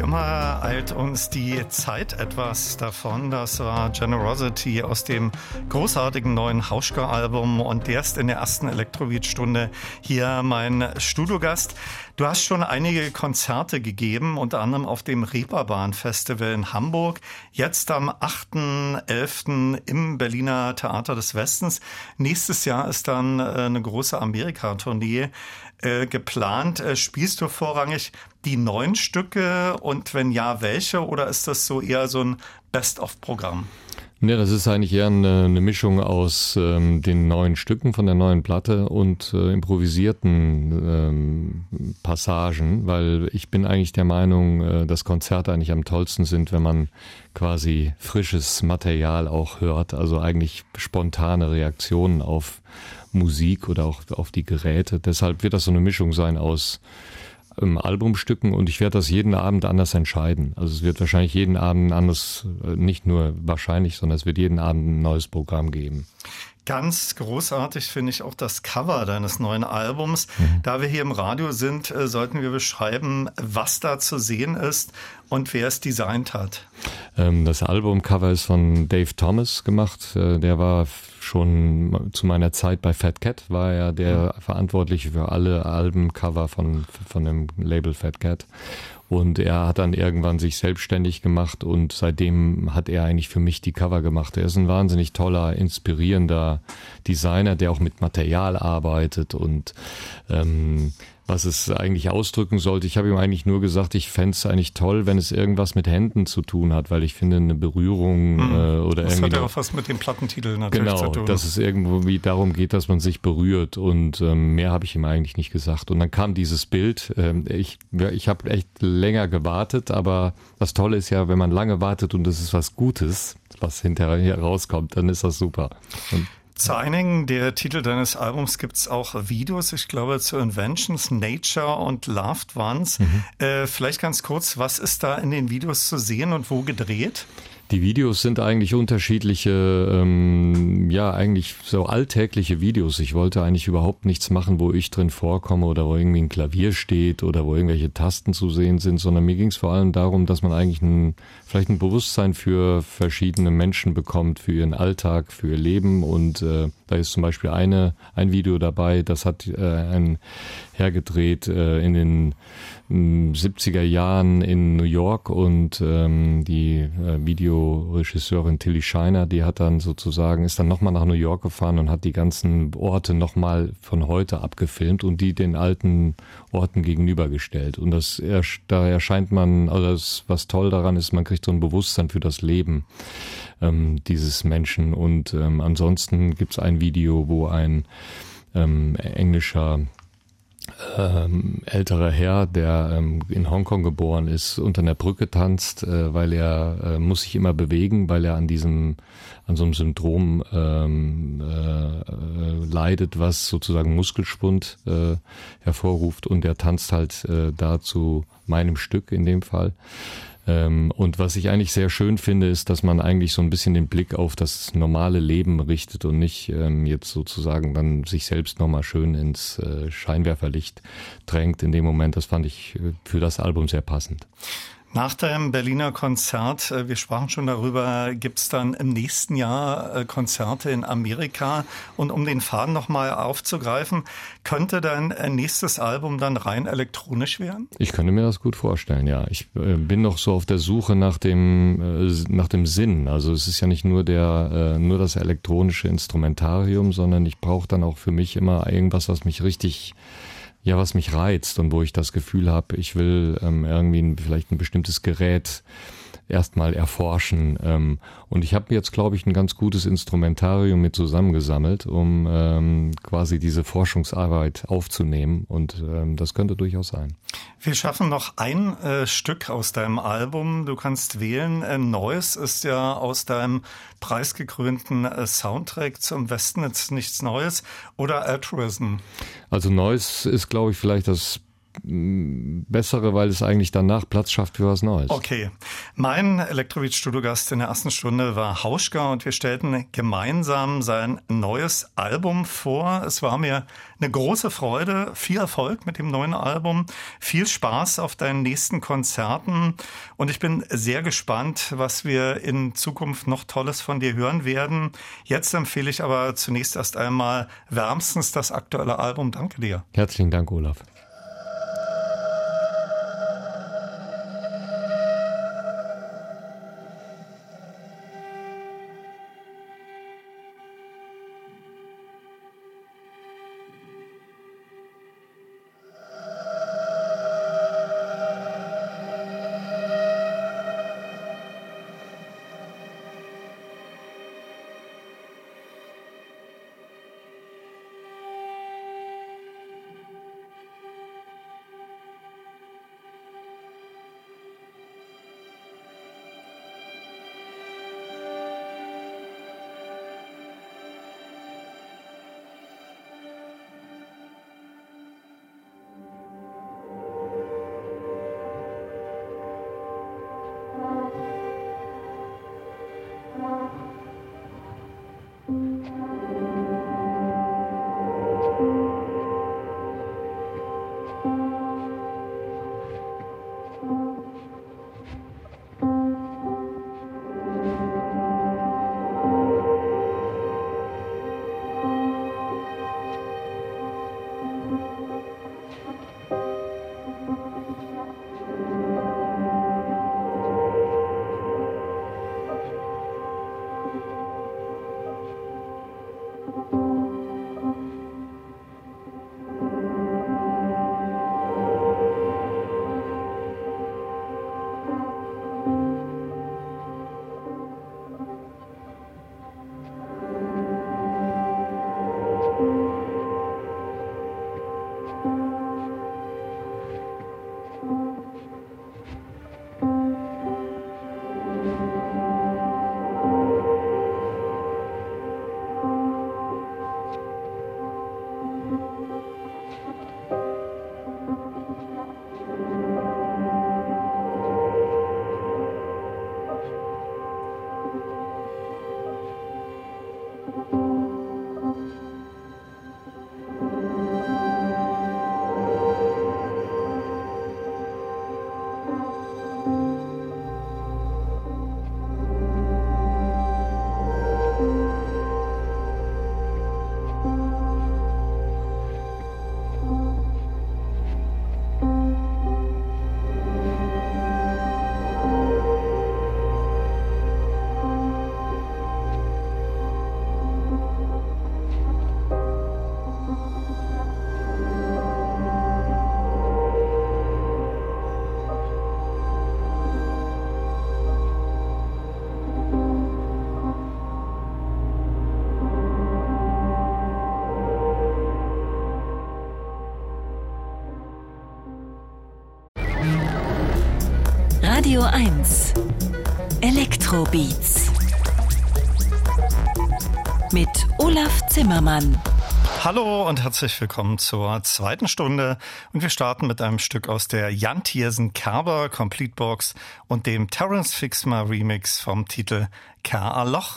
immer eilt uns die Zeit etwas davon. Das war Generosity aus dem großartigen neuen Hauschka-Album und der ist in der ersten Elektrobeat-Stunde hier mein Studiogast. Du hast schon einige Konzerte gegeben, unter anderem auf dem Reeperbahn-Festival in Hamburg. Jetzt am achten elften im Berliner Theater des Westens. Nächstes Jahr ist dann eine große Amerika-Tournee äh, geplant. Äh, spielst du vorrangig die neuen Stücke und wenn ja, welche? Oder ist das so eher so ein Best-of-Programm? Ne, das ist eigentlich eher eine, eine Mischung aus ähm, den neuen Stücken von der neuen Platte und äh, improvisierten ähm, Passagen, weil ich bin eigentlich der Meinung, äh, dass Konzerte eigentlich am tollsten sind, wenn man quasi frisches Material auch hört, also eigentlich spontane Reaktionen auf Musik oder auch auf die Geräte. Deshalb wird das so eine Mischung sein aus Albumstücken und ich werde das jeden Abend anders entscheiden. Also es wird wahrscheinlich jeden Abend ein anderes, nicht nur wahrscheinlich, sondern es wird jeden Abend ein neues Programm geben. Ganz großartig finde ich auch das Cover deines neuen Albums. Mhm. Da wir hier im Radio sind, sollten wir beschreiben, was da zu sehen ist und wer es designt hat. Das Albumcover ist von Dave Thomas gemacht. Der war schon zu meiner Zeit bei Fat Cat, war er der mhm. Verantwortliche für alle Albencover von, von dem Label Fat Cat. Und er hat dann irgendwann sich selbstständig gemacht und seitdem hat er eigentlich für mich die Cover gemacht. Er ist ein wahnsinnig toller, inspirierender Designer, der auch mit Material arbeitet und ähm, was es eigentlich ausdrücken sollte. Ich habe ihm eigentlich nur gesagt, ich fände es eigentlich toll, wenn es irgendwas mit Händen zu tun hat, weil ich finde, eine Berührung mhm. äh, oder das irgendwie... Das hat ja auch was mit dem Plattentitel natürlich genau, zu tun. Dass es irgendwie darum geht, dass man sich berührt und ähm, mehr habe ich ihm eigentlich nicht gesagt. Und dann kam dieses Bild. Ähm, ich ich habe echt länger gewartet, aber das Tolle ist ja, wenn man lange wartet und es ist was Gutes, was hinterher rauskommt, dann ist das super. Und zu einigen der Titel deines Albums gibt's auch Videos, ich glaube zu Inventions, Nature und Loved Ones. Mhm. Äh, vielleicht ganz kurz, was ist da in den Videos zu sehen und wo gedreht? Die Videos sind eigentlich unterschiedliche, ähm, ja eigentlich so alltägliche Videos. Ich wollte eigentlich überhaupt nichts machen, wo ich drin vorkomme oder wo irgendwie ein Klavier steht oder wo irgendwelche Tasten zu sehen sind, sondern mir ging es vor allem darum, dass man eigentlich ein, vielleicht ein Bewusstsein für verschiedene Menschen bekommt, für ihren Alltag, für ihr Leben. Und äh, da ist zum Beispiel eine ein Video dabei, das hat äh, ein Herr gedreht äh, in den siebziger Jahren in New York und ähm, die äh, Videoregisseurin Tilly Scheiner, die hat dann sozusagen, ist dann nochmal nach New York gefahren und hat die ganzen Orte nochmal von heute abgefilmt und die den alten Orten gegenübergestellt. Und das da erscheint man, also das, was toll daran ist, man kriegt so ein Bewusstsein für das Leben ähm, dieses Menschen. Und ähm, ansonsten gibt's ein Video, wo ein ähm, englischer Ähm, älterer Herr, der ähm, in Hongkong geboren ist, unter einer Brücke tanzt, äh, weil er äh, muss sich immer bewegen, weil er an diesem an so einem Syndrom ähm, äh, äh, leidet, was sozusagen Muskelschwund äh, hervorruft und er tanzt halt äh, da zu meinem Stück in dem Fall. Ähm, und was ich eigentlich sehr schön finde, ist, dass man eigentlich so ein bisschen den Blick auf das normale Leben richtet und nicht ähm, jetzt sozusagen dann sich selbst nochmal schön ins äh, Scheinwerferlicht drängt in dem Moment. Das fand ich äh, für das Album sehr passend. Nach deinem Berliner Konzert, wir sprachen schon darüber, gibt's dann im nächsten Jahr Konzerte in Amerika. Und um den Faden nochmal aufzugreifen, könnte dein nächstes Album dann rein elektronisch werden? Ich könnte mir das gut vorstellen, ja. Ich äh, bin noch so auf der Suche nach dem äh, nach dem Sinn. Also es ist ja nicht nur der äh, nur das elektronische Instrumentarium, sondern ich brauche dann auch für mich immer irgendwas, was mich richtig ja, was mich reizt und wo ich das Gefühl habe, ich will ähm, irgendwie ein, vielleicht ein bestimmtes Gerät erstmal erforschen. Ähm, und ich habe jetzt, glaube ich, ein ganz gutes Instrumentarium mit zusammengesammelt, um ähm, quasi diese Forschungsarbeit aufzunehmen. Und ähm, das könnte durchaus sein. Wir schaffen noch ein äh, Stück aus deinem Album. Du kannst wählen. Äh, Neues ist ja aus deinem preisgekrönten äh, Soundtrack zum Westen ist nichts Neues oder Altruism. Also Neues ist, glaube ich, vielleicht das bessere, weil es eigentlich danach Platz schafft für was Neues. Okay. Mein Elektrobeat-Studiogast in der ersten Stunde war Hauschka und wir stellten gemeinsam sein neues Album vor. Es war mir eine große Freude, viel Erfolg mit dem neuen Album, viel Spaß auf deinen nächsten Konzerten und ich bin sehr gespannt, was wir in Zukunft noch Tolles von dir hören werden. Jetzt empfehle ich aber zunächst erst einmal wärmstens das aktuelle Album. Danke dir. Herzlichen Dank, Olaf. Radio eins Elektrobeats mit Olaf Zimmermann. Hallo und herzlich willkommen zur zweiten Stunde und wir starten mit einem Stück aus der Jan Tiersen Kerber Complete Box und dem Terence Fixma Remix vom Titel K A Loch.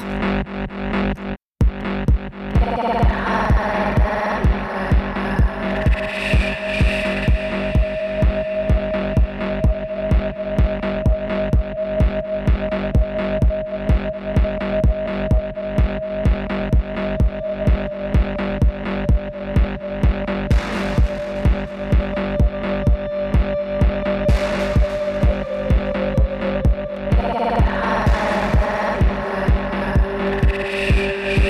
Yeah.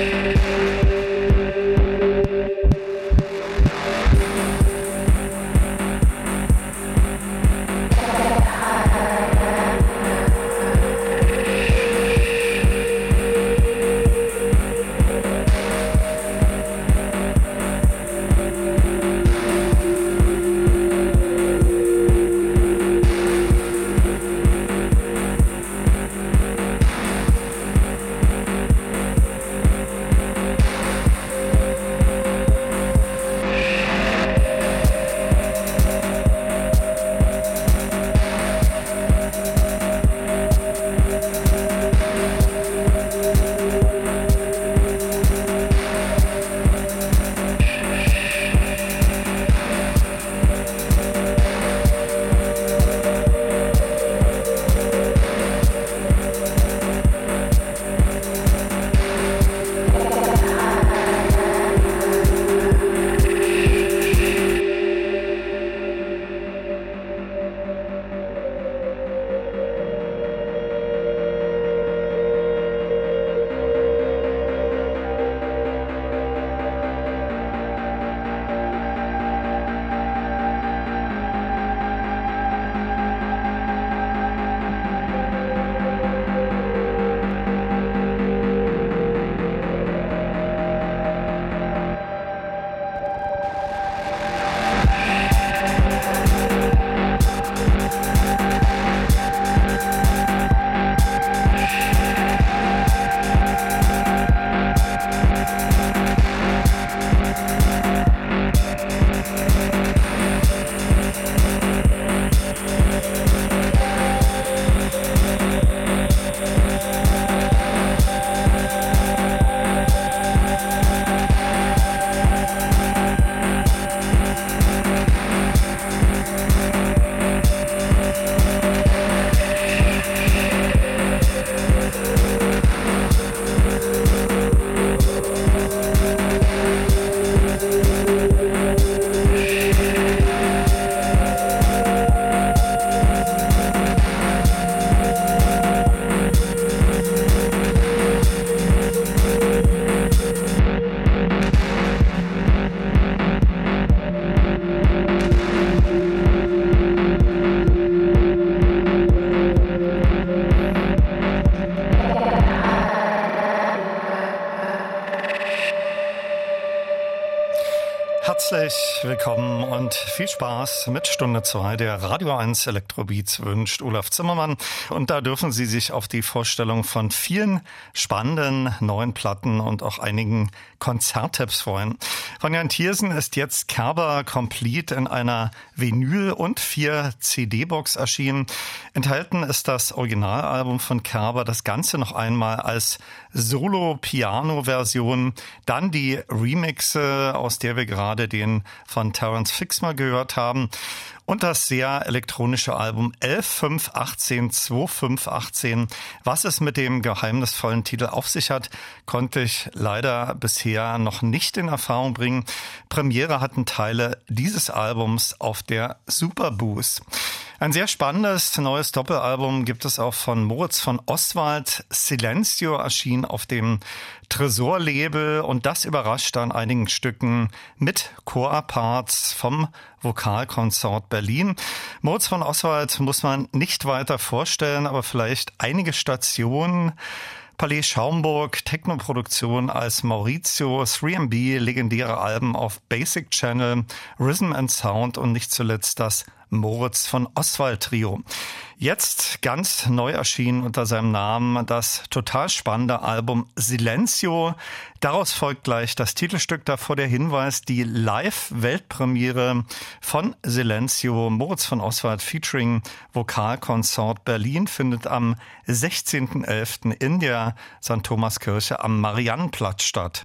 Herzlich willkommen und viel Spaß mit Stunde zwei der Radio eins Elektrobeats wünscht Olaf Zimmermann. Und da dürfen Sie sich auf die Vorstellung von vielen spannenden neuen Platten und auch einigen Konzerttipps freuen. Von Jan Thiersen ist jetzt Kerber Complete in einer Vinyl- und vier C D-Box erschienen. Enthalten ist das Originalalbum von Kerber, das Ganze noch einmal als Solo-Piano-Version, dann die Remixe, aus der wir gerade den von Terence Fixmer gehört haben, und das sehr elektronische Album elf fünf achtzehn zwei fünf achtzehn. Was es mit dem geheimnisvollen Titel auf sich hat, konnte ich leider bisher noch nicht in Erfahrung bringen. Premiere hatten Teile dieses Albums auf der Superboost. Ein sehr spannendes neues Doppelalbum gibt es auch von Moritz von Oswald. Silencio erschien auf dem Tresor-Label und das überrascht an einigen Stücken mit Chorparts vom Vokalkonsort Berlin. Moritz von Oswald muss man nicht weiter vorstellen, aber vielleicht einige Stationen. Palais Schaumburg, Technoproduktion als Maurizio, drei M B, legendäre Alben auf Basic Channel, Rhythm and Sound und nicht zuletzt das Moritz von Oswald Trio. Jetzt ganz neu erschienen unter seinem Namen das total spannende Album Silencio. Daraus folgt gleich das Titelstück, davor der Hinweis, die Live-Weltpremiere von Silencio, Moritz von Oswald featuring Vokalkonsort Berlin, findet am sechzehnten elften in der Sankt Thomaskirche am Mariannenplatz statt.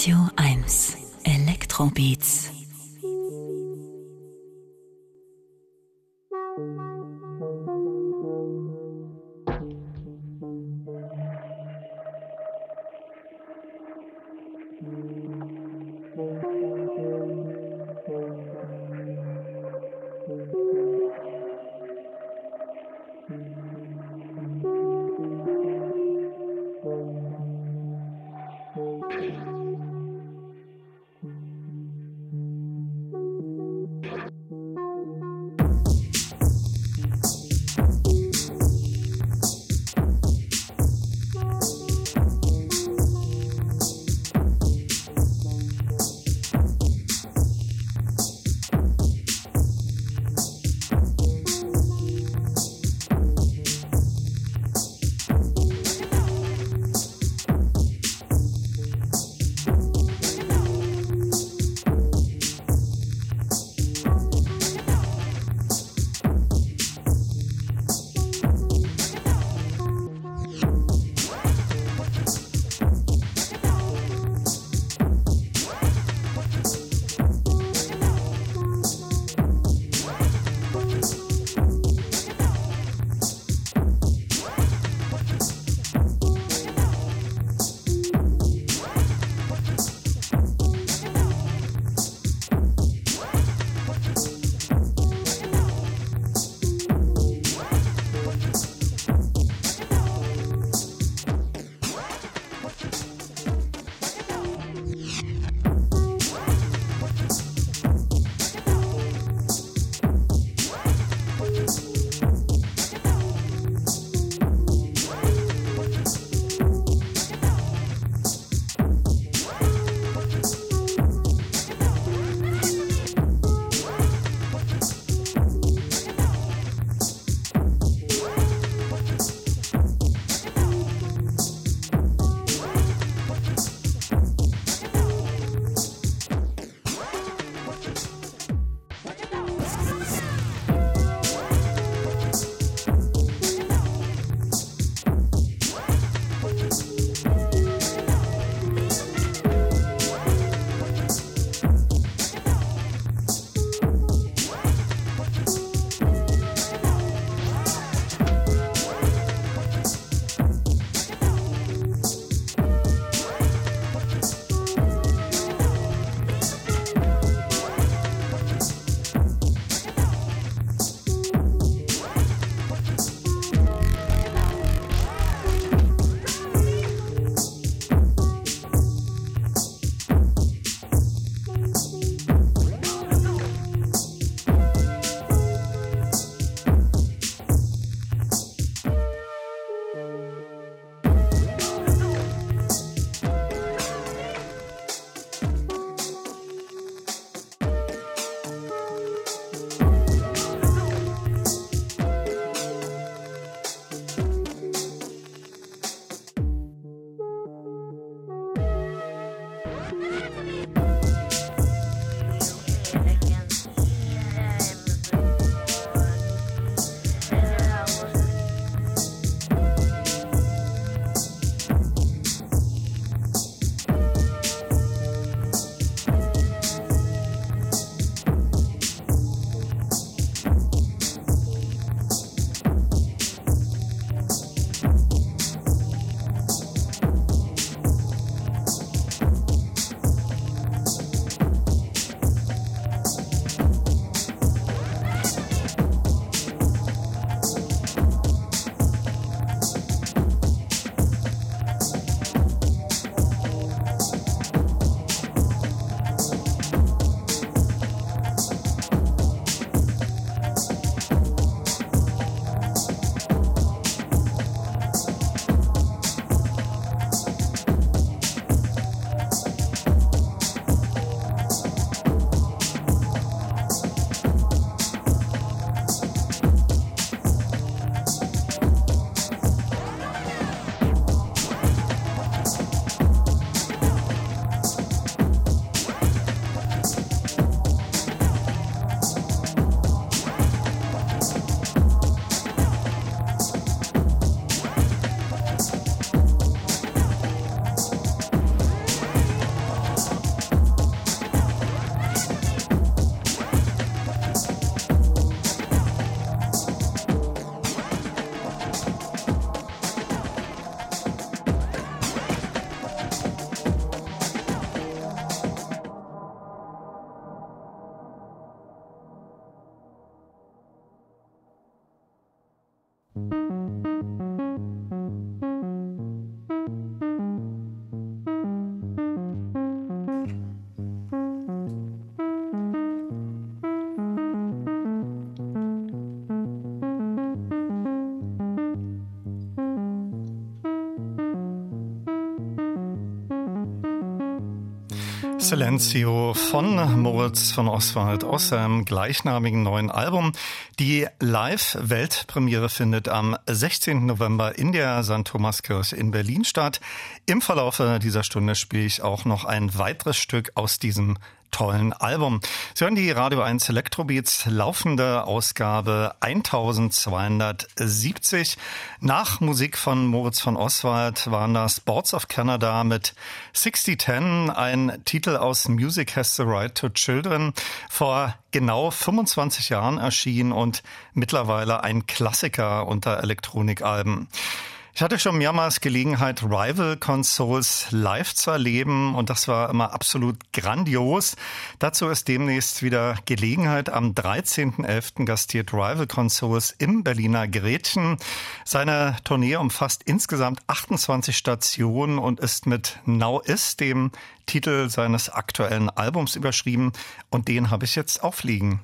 Radio eins Elektrobeats. Silencio von Moritz von Oswald aus seinem gleichnamigen neuen Album. Die Live-Weltpremiere findet am sechzehnten November in der Sankt Thomaskirche in Berlin statt. Im Verlaufe dieser Stunde spiele ich auch noch ein weiteres Stück aus diesem tollen Album. Sie hören die Radio eins Elektrobeats, laufende Ausgabe eintausendzweihundertsiebzig. Nach Musik von Moritz von Oswald waren das Boards of Canada mit sixty ten, ein Titel aus Music Has the Right to Children, vor genau fünfundzwanzig Jahren erschienen und mittlerweile ein Klassiker unter Elektronikalben. Ich hatte schon mehrmals Gelegenheit, Rival Consoles live zu erleben und das war immer absolut grandios. Dazu ist demnächst wieder Gelegenheit. Am dreizehnten elften gastiert Rival Consoles im Berliner Gretchen. Seine Tournee umfasst insgesamt achtundzwanzig Stationen und ist mit Now Is, dem Titel seines aktuellen Albums, überschrieben und den habe ich jetzt aufliegen.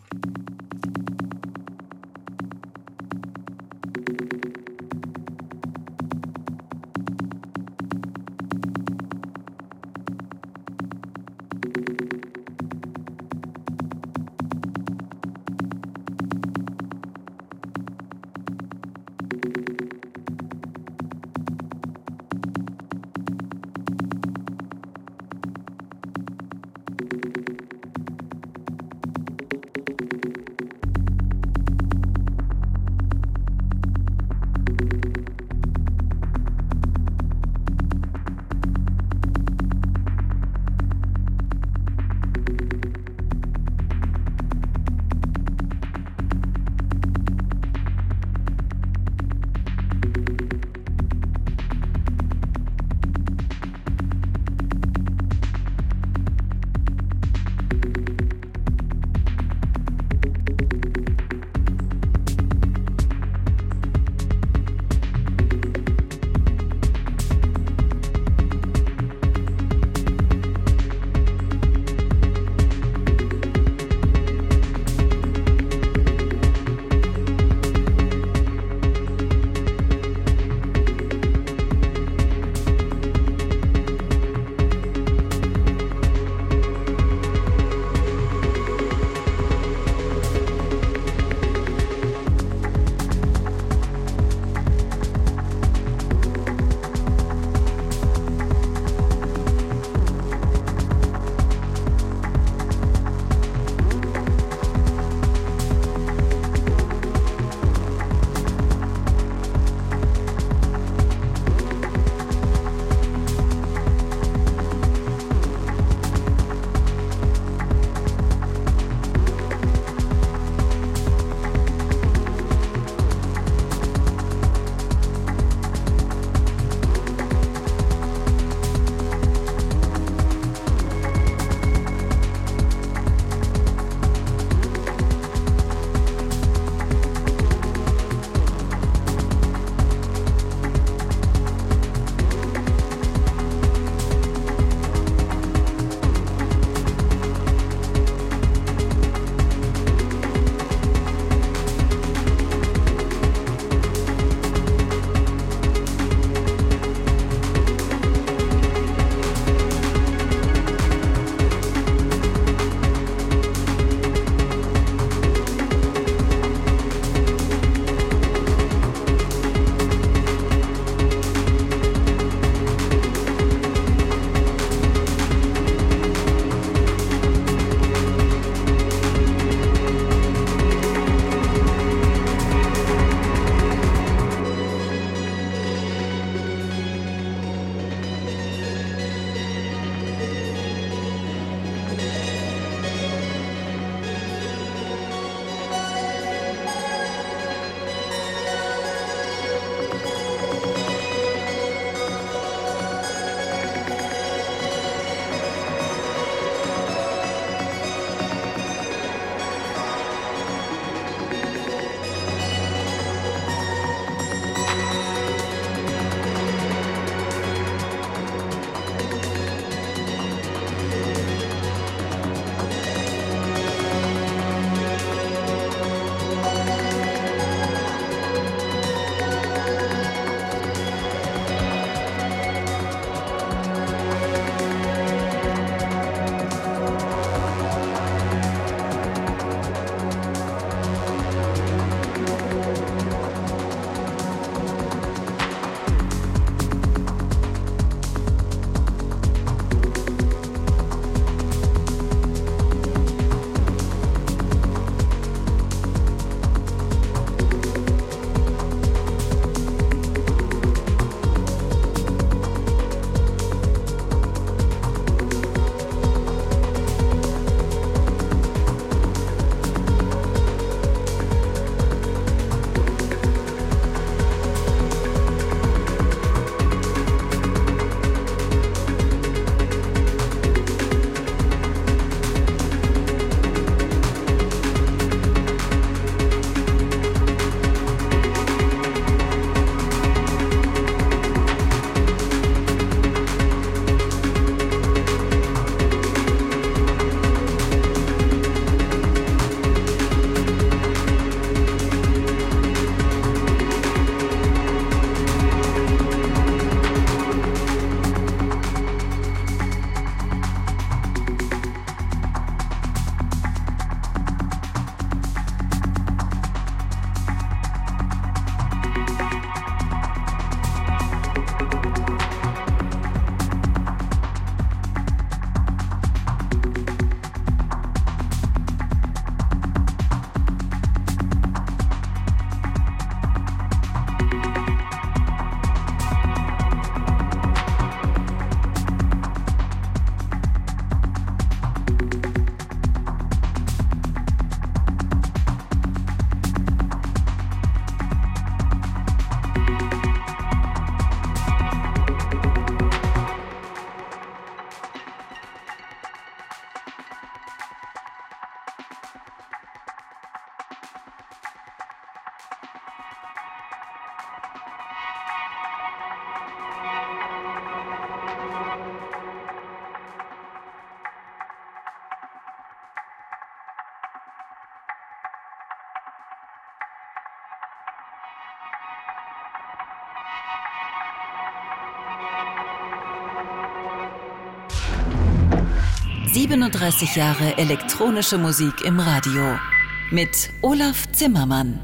siebenunddreißig Jahre elektronische Musik im Radio mit Olaf Zimmermann.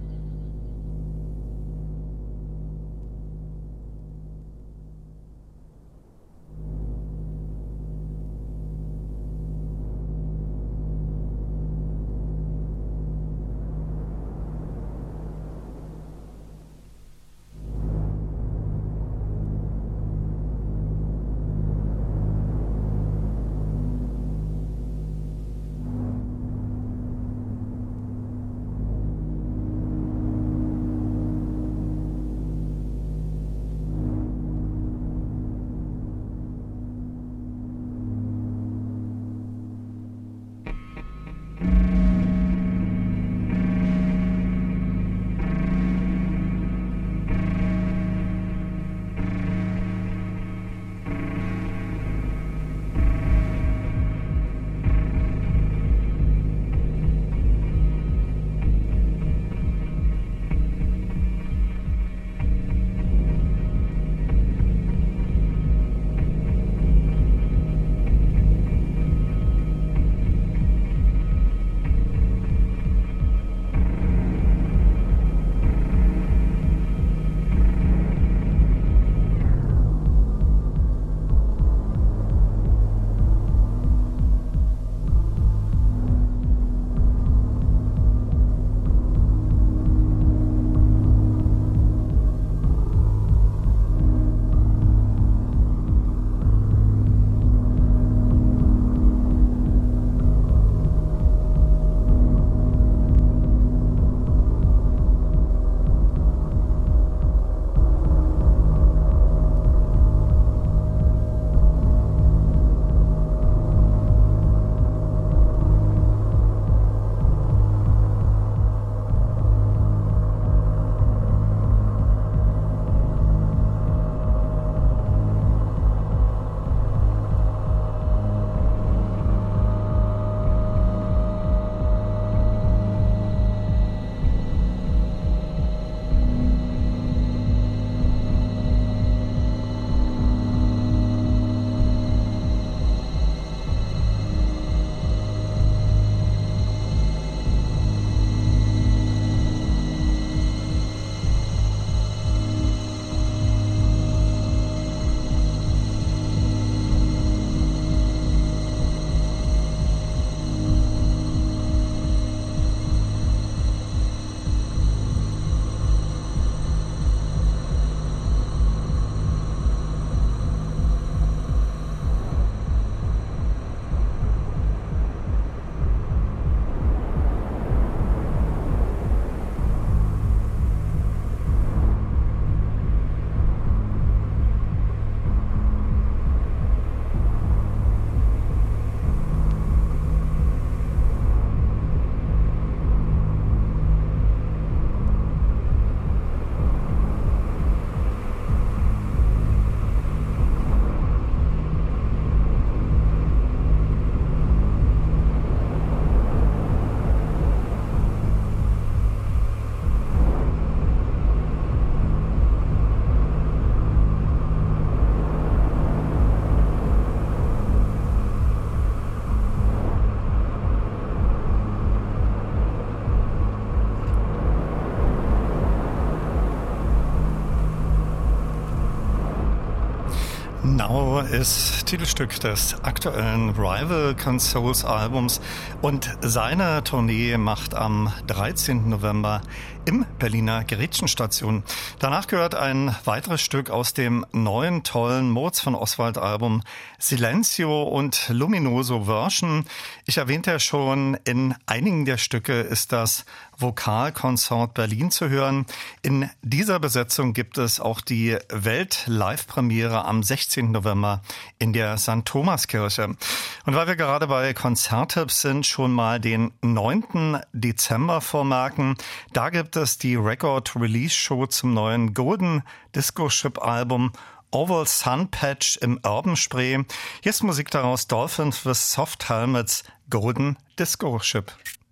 Now ist Titelstück des aktuellen Rival Consoles Albums und seine Tournee macht am dreizehnten November im Berliner Gretchenstation. Danach gehört ein weiteres Stück aus dem neuen, tollen Moritz von Oswald Album Silencio und Luminoso Version. Ich erwähnte ja schon, in einigen der Stücke ist das Vokalkonsort Berlin zu hören. In dieser Besetzung gibt es auch die Welt-Live-Premiere am sechzehnten November in der Sankt Thomaskirche. Und weil wir gerade bei Konzerttipps sind, schon mal den neunten Dezember vormerken. Da gibt es die Record-Release-Show zum neuen Golden Disco Ship Album Oval Sun Patch im Urban Spree. Hier ist Musik daraus Dolphins with Soft Helmets Golden Disco Ship.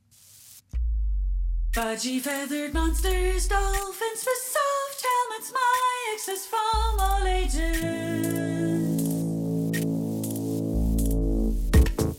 Fudgy feathered monsters, dolphins with soft helmets, my access from all ages.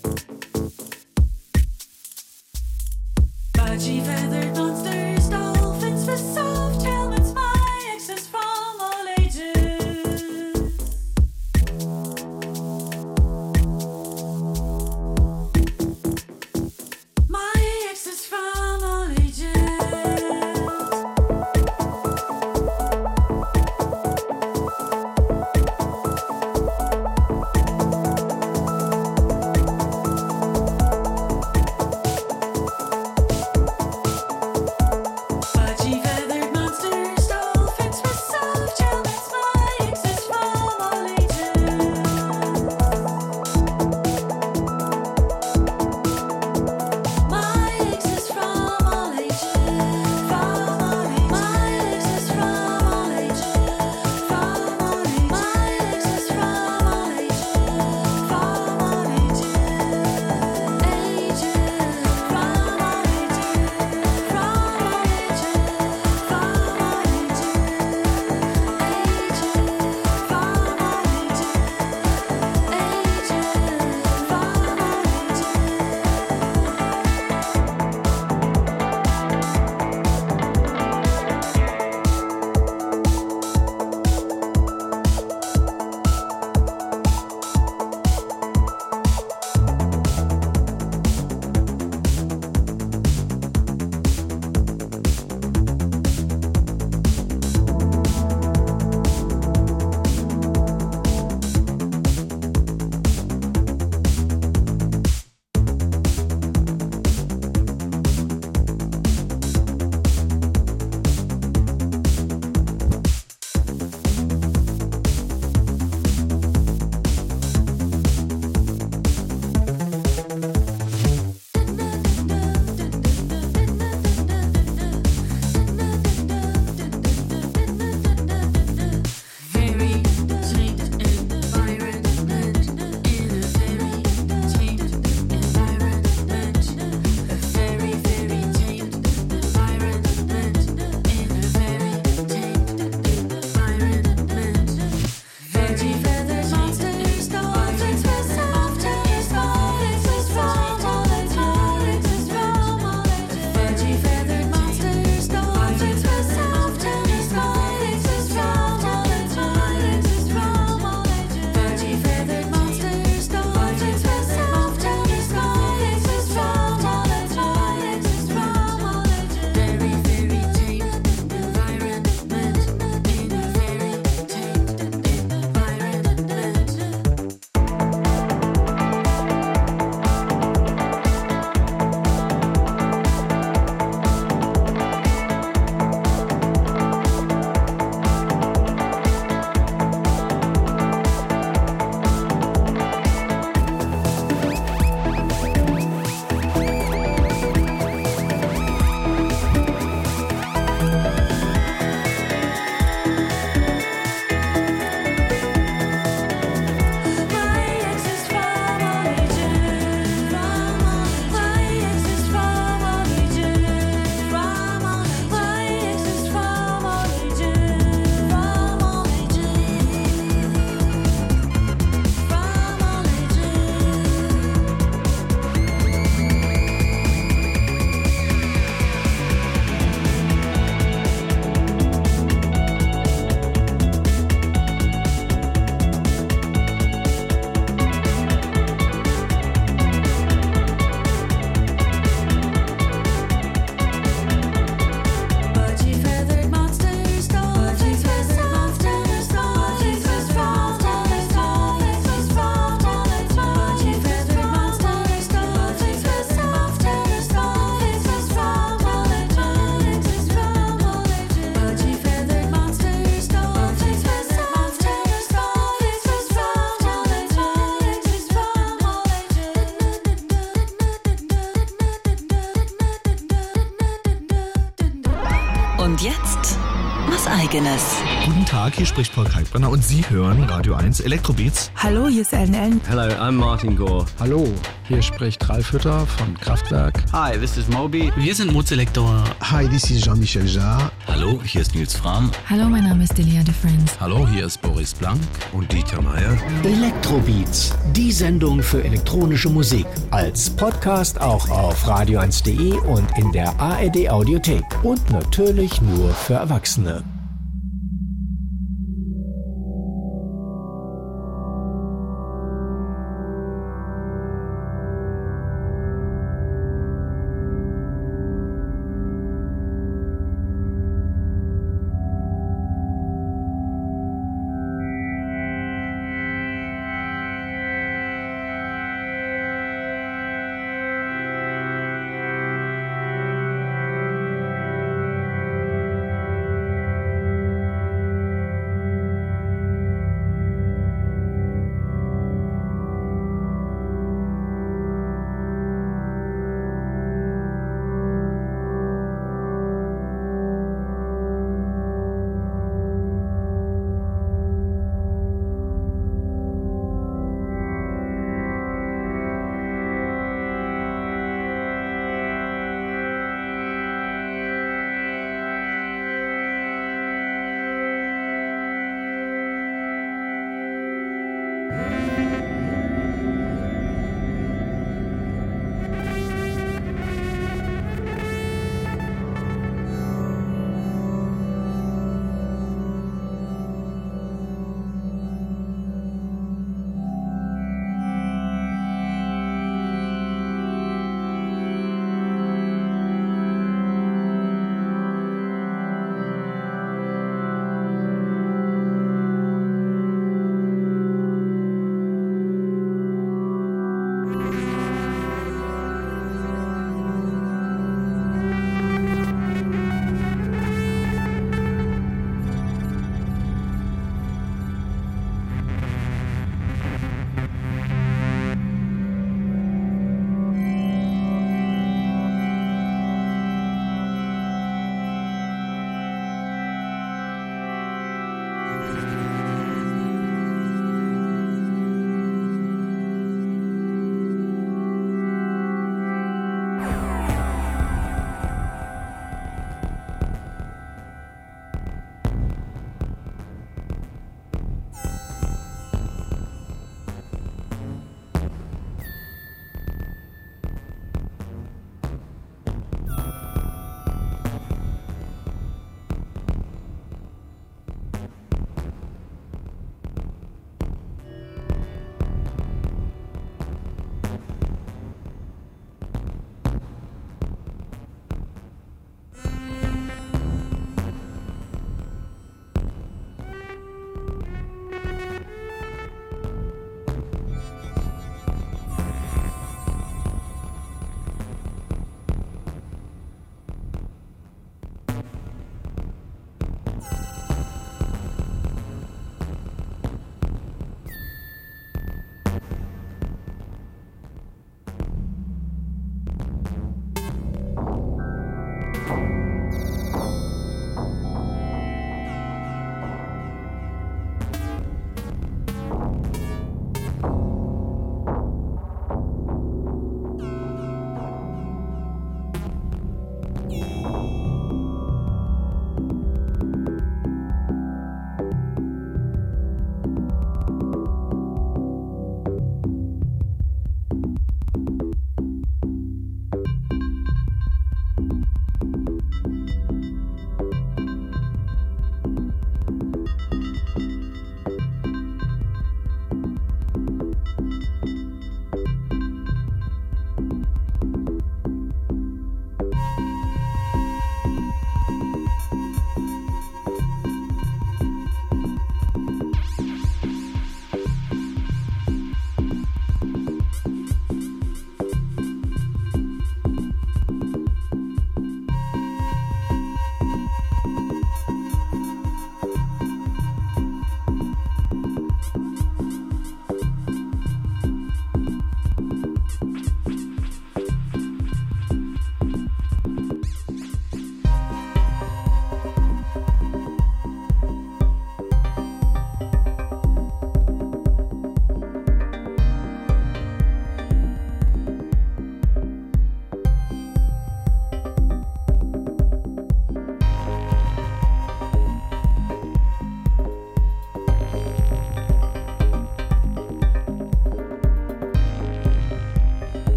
Und jetzt was Eigenes. Guten Tag, hier spricht Paul Kalkbrenner und Sie hören Radio eins Elektrobeats. Hallo, hier ist Ellen Ellen. Hello, I'm Martin Gore. Hallo, Hier spricht Ralf Hütter von Kraftwerk. Hi, this is Moby. Wir sind Mozelektor. Hi, this is Jean-Michel Jarre. Hallo, hier ist Nils Frahm. Hallo, mein Name ist Delia de France. Hallo, hier ist Boris Blank und Dieter Meier. Elektrobeats, die Sendung für elektronische Musik. Als Podcast auch auf radio eins punkt de und in der A R D Audiothek. Und natürlich nur für Erwachsene.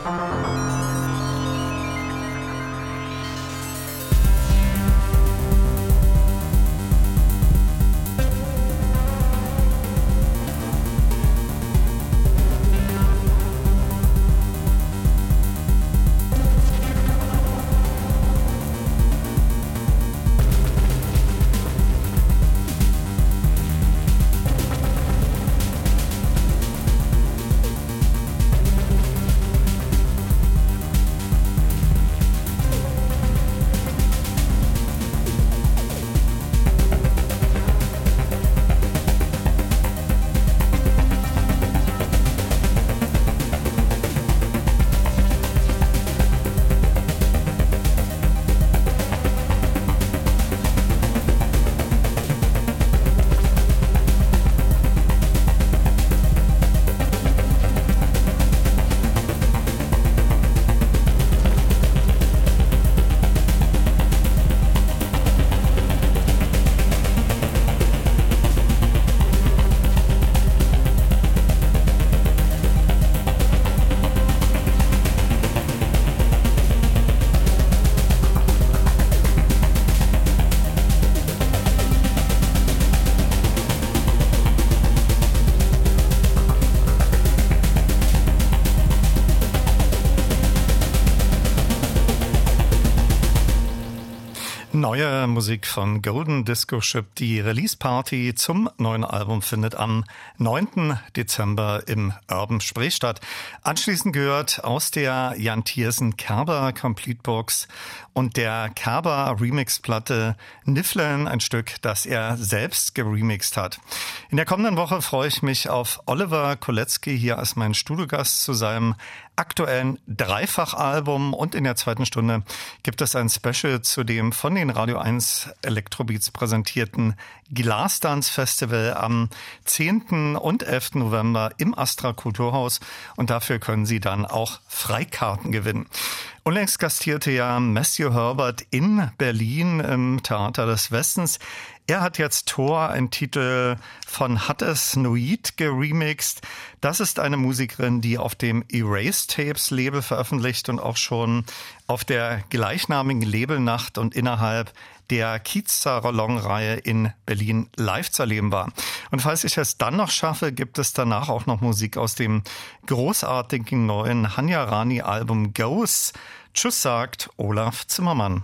Neue Musik von Golden Disco Ship. Die Release-Party zum neuen Album findet am neunten Dezember im Urban Spree statt. Anschließend gehört aus der Jan Tiersen Kerber Complete Box und der Kerber Remix-Platte Nifflen, ein Stück, das er selbst geremixed hat. In der kommenden Woche freue ich mich auf Oliver Kolecki hier als mein Studiogast zu seinem aktuellen Dreifachalbum, und in der zweiten Stunde gibt es ein Special zu dem von den Radio eins Elektrobeats präsentierten Glasdance Festival am zehnten und elften November im Astra Kulturhaus, und dafür können Sie dann auch Freikarten gewinnen. Unlängst gastierte ja Matthew Herbert in Berlin im Theater des Westens. Er hat jetzt Thor, ein Titel von Hattes Noid, geremixed. Das ist eine Musikerin, die auf dem Erase Tapes Label veröffentlicht und auch schon auf der gleichnamigen Labelnacht und innerhalb der Kiez-Salon-Reihe in Berlin live zu erleben war. Und falls ich es dann noch schaffe, gibt es danach auch noch Musik aus dem großartigen neuen Hanya Rani-Album Goes. Tschüss, sagt Olaf Zimmermann.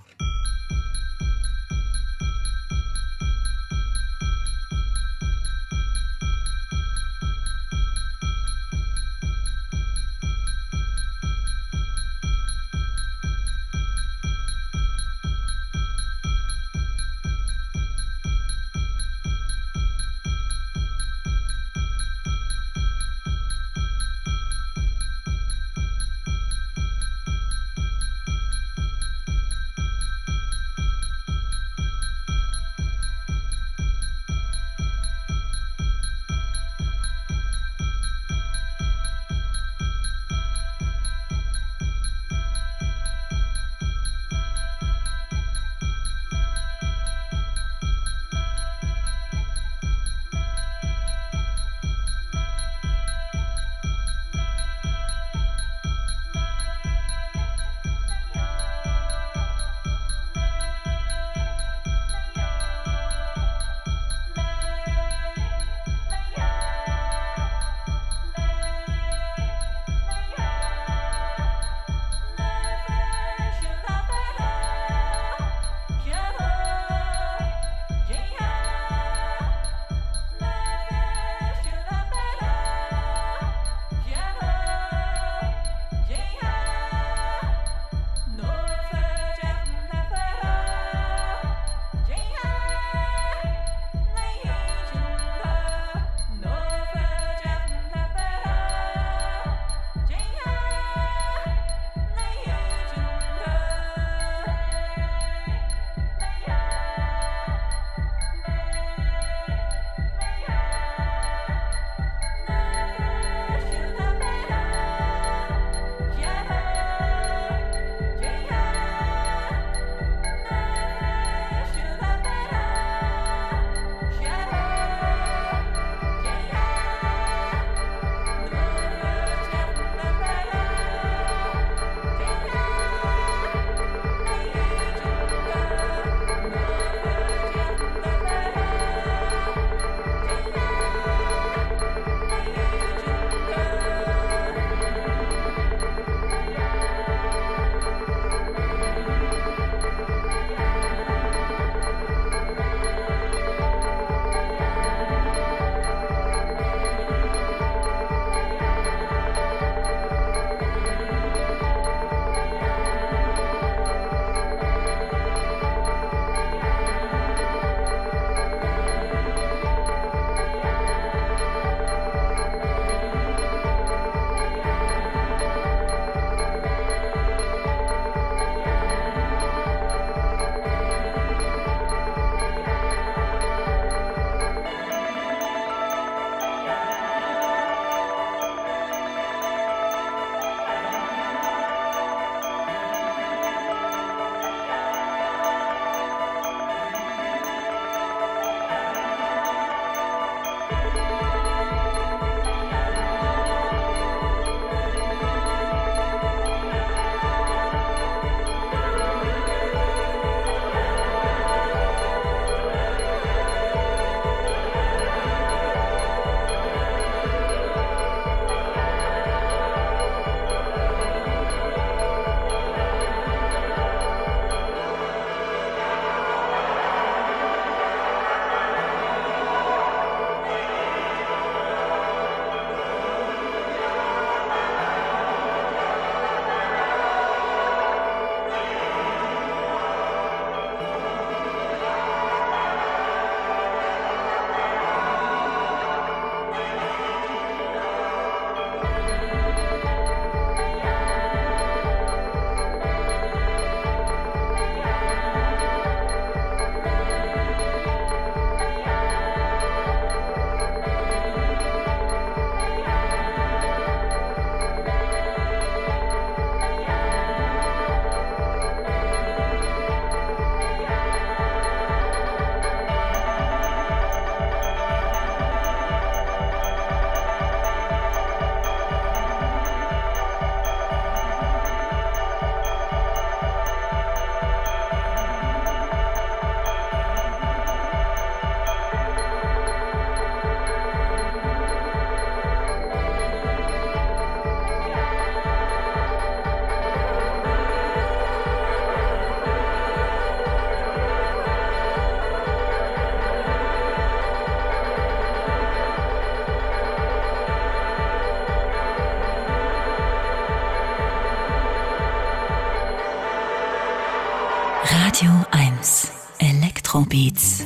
Radio eins Elektrobeats.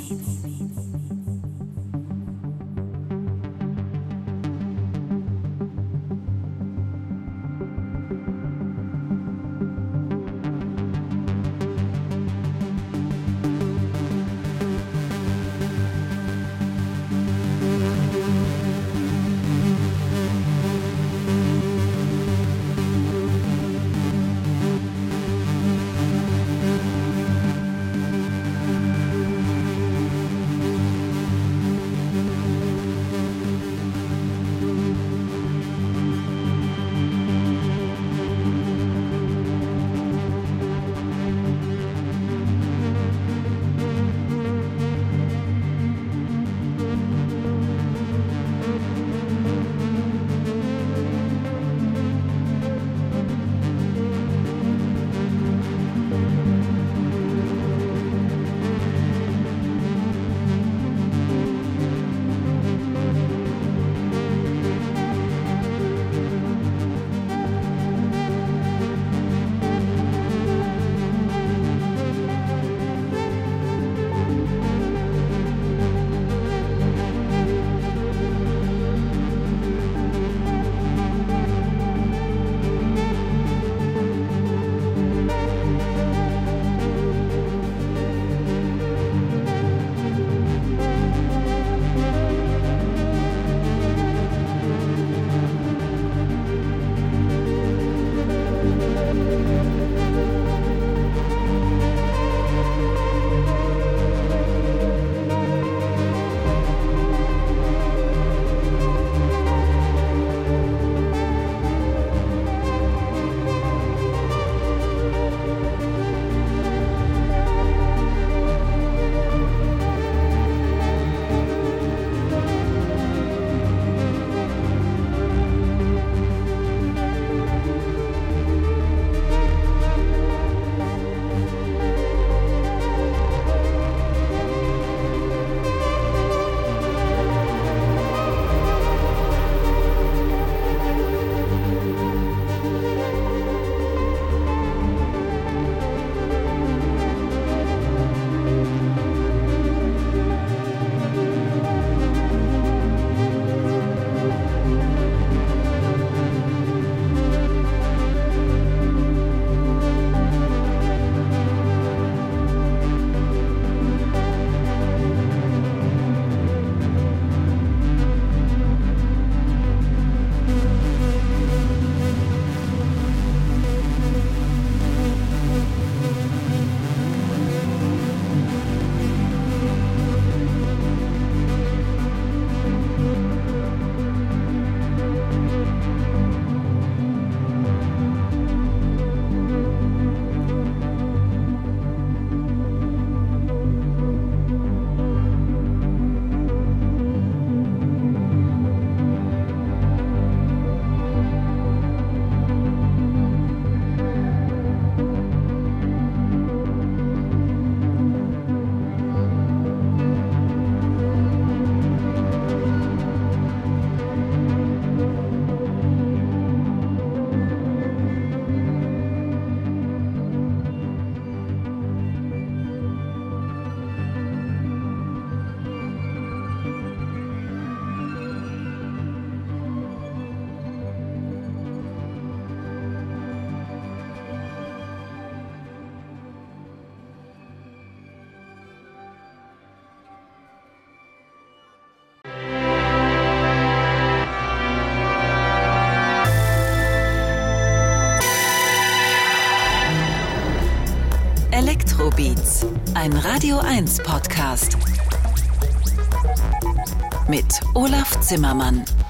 Elektrobeats, ein Radio eins Podcast mit Olaf Zimmermann.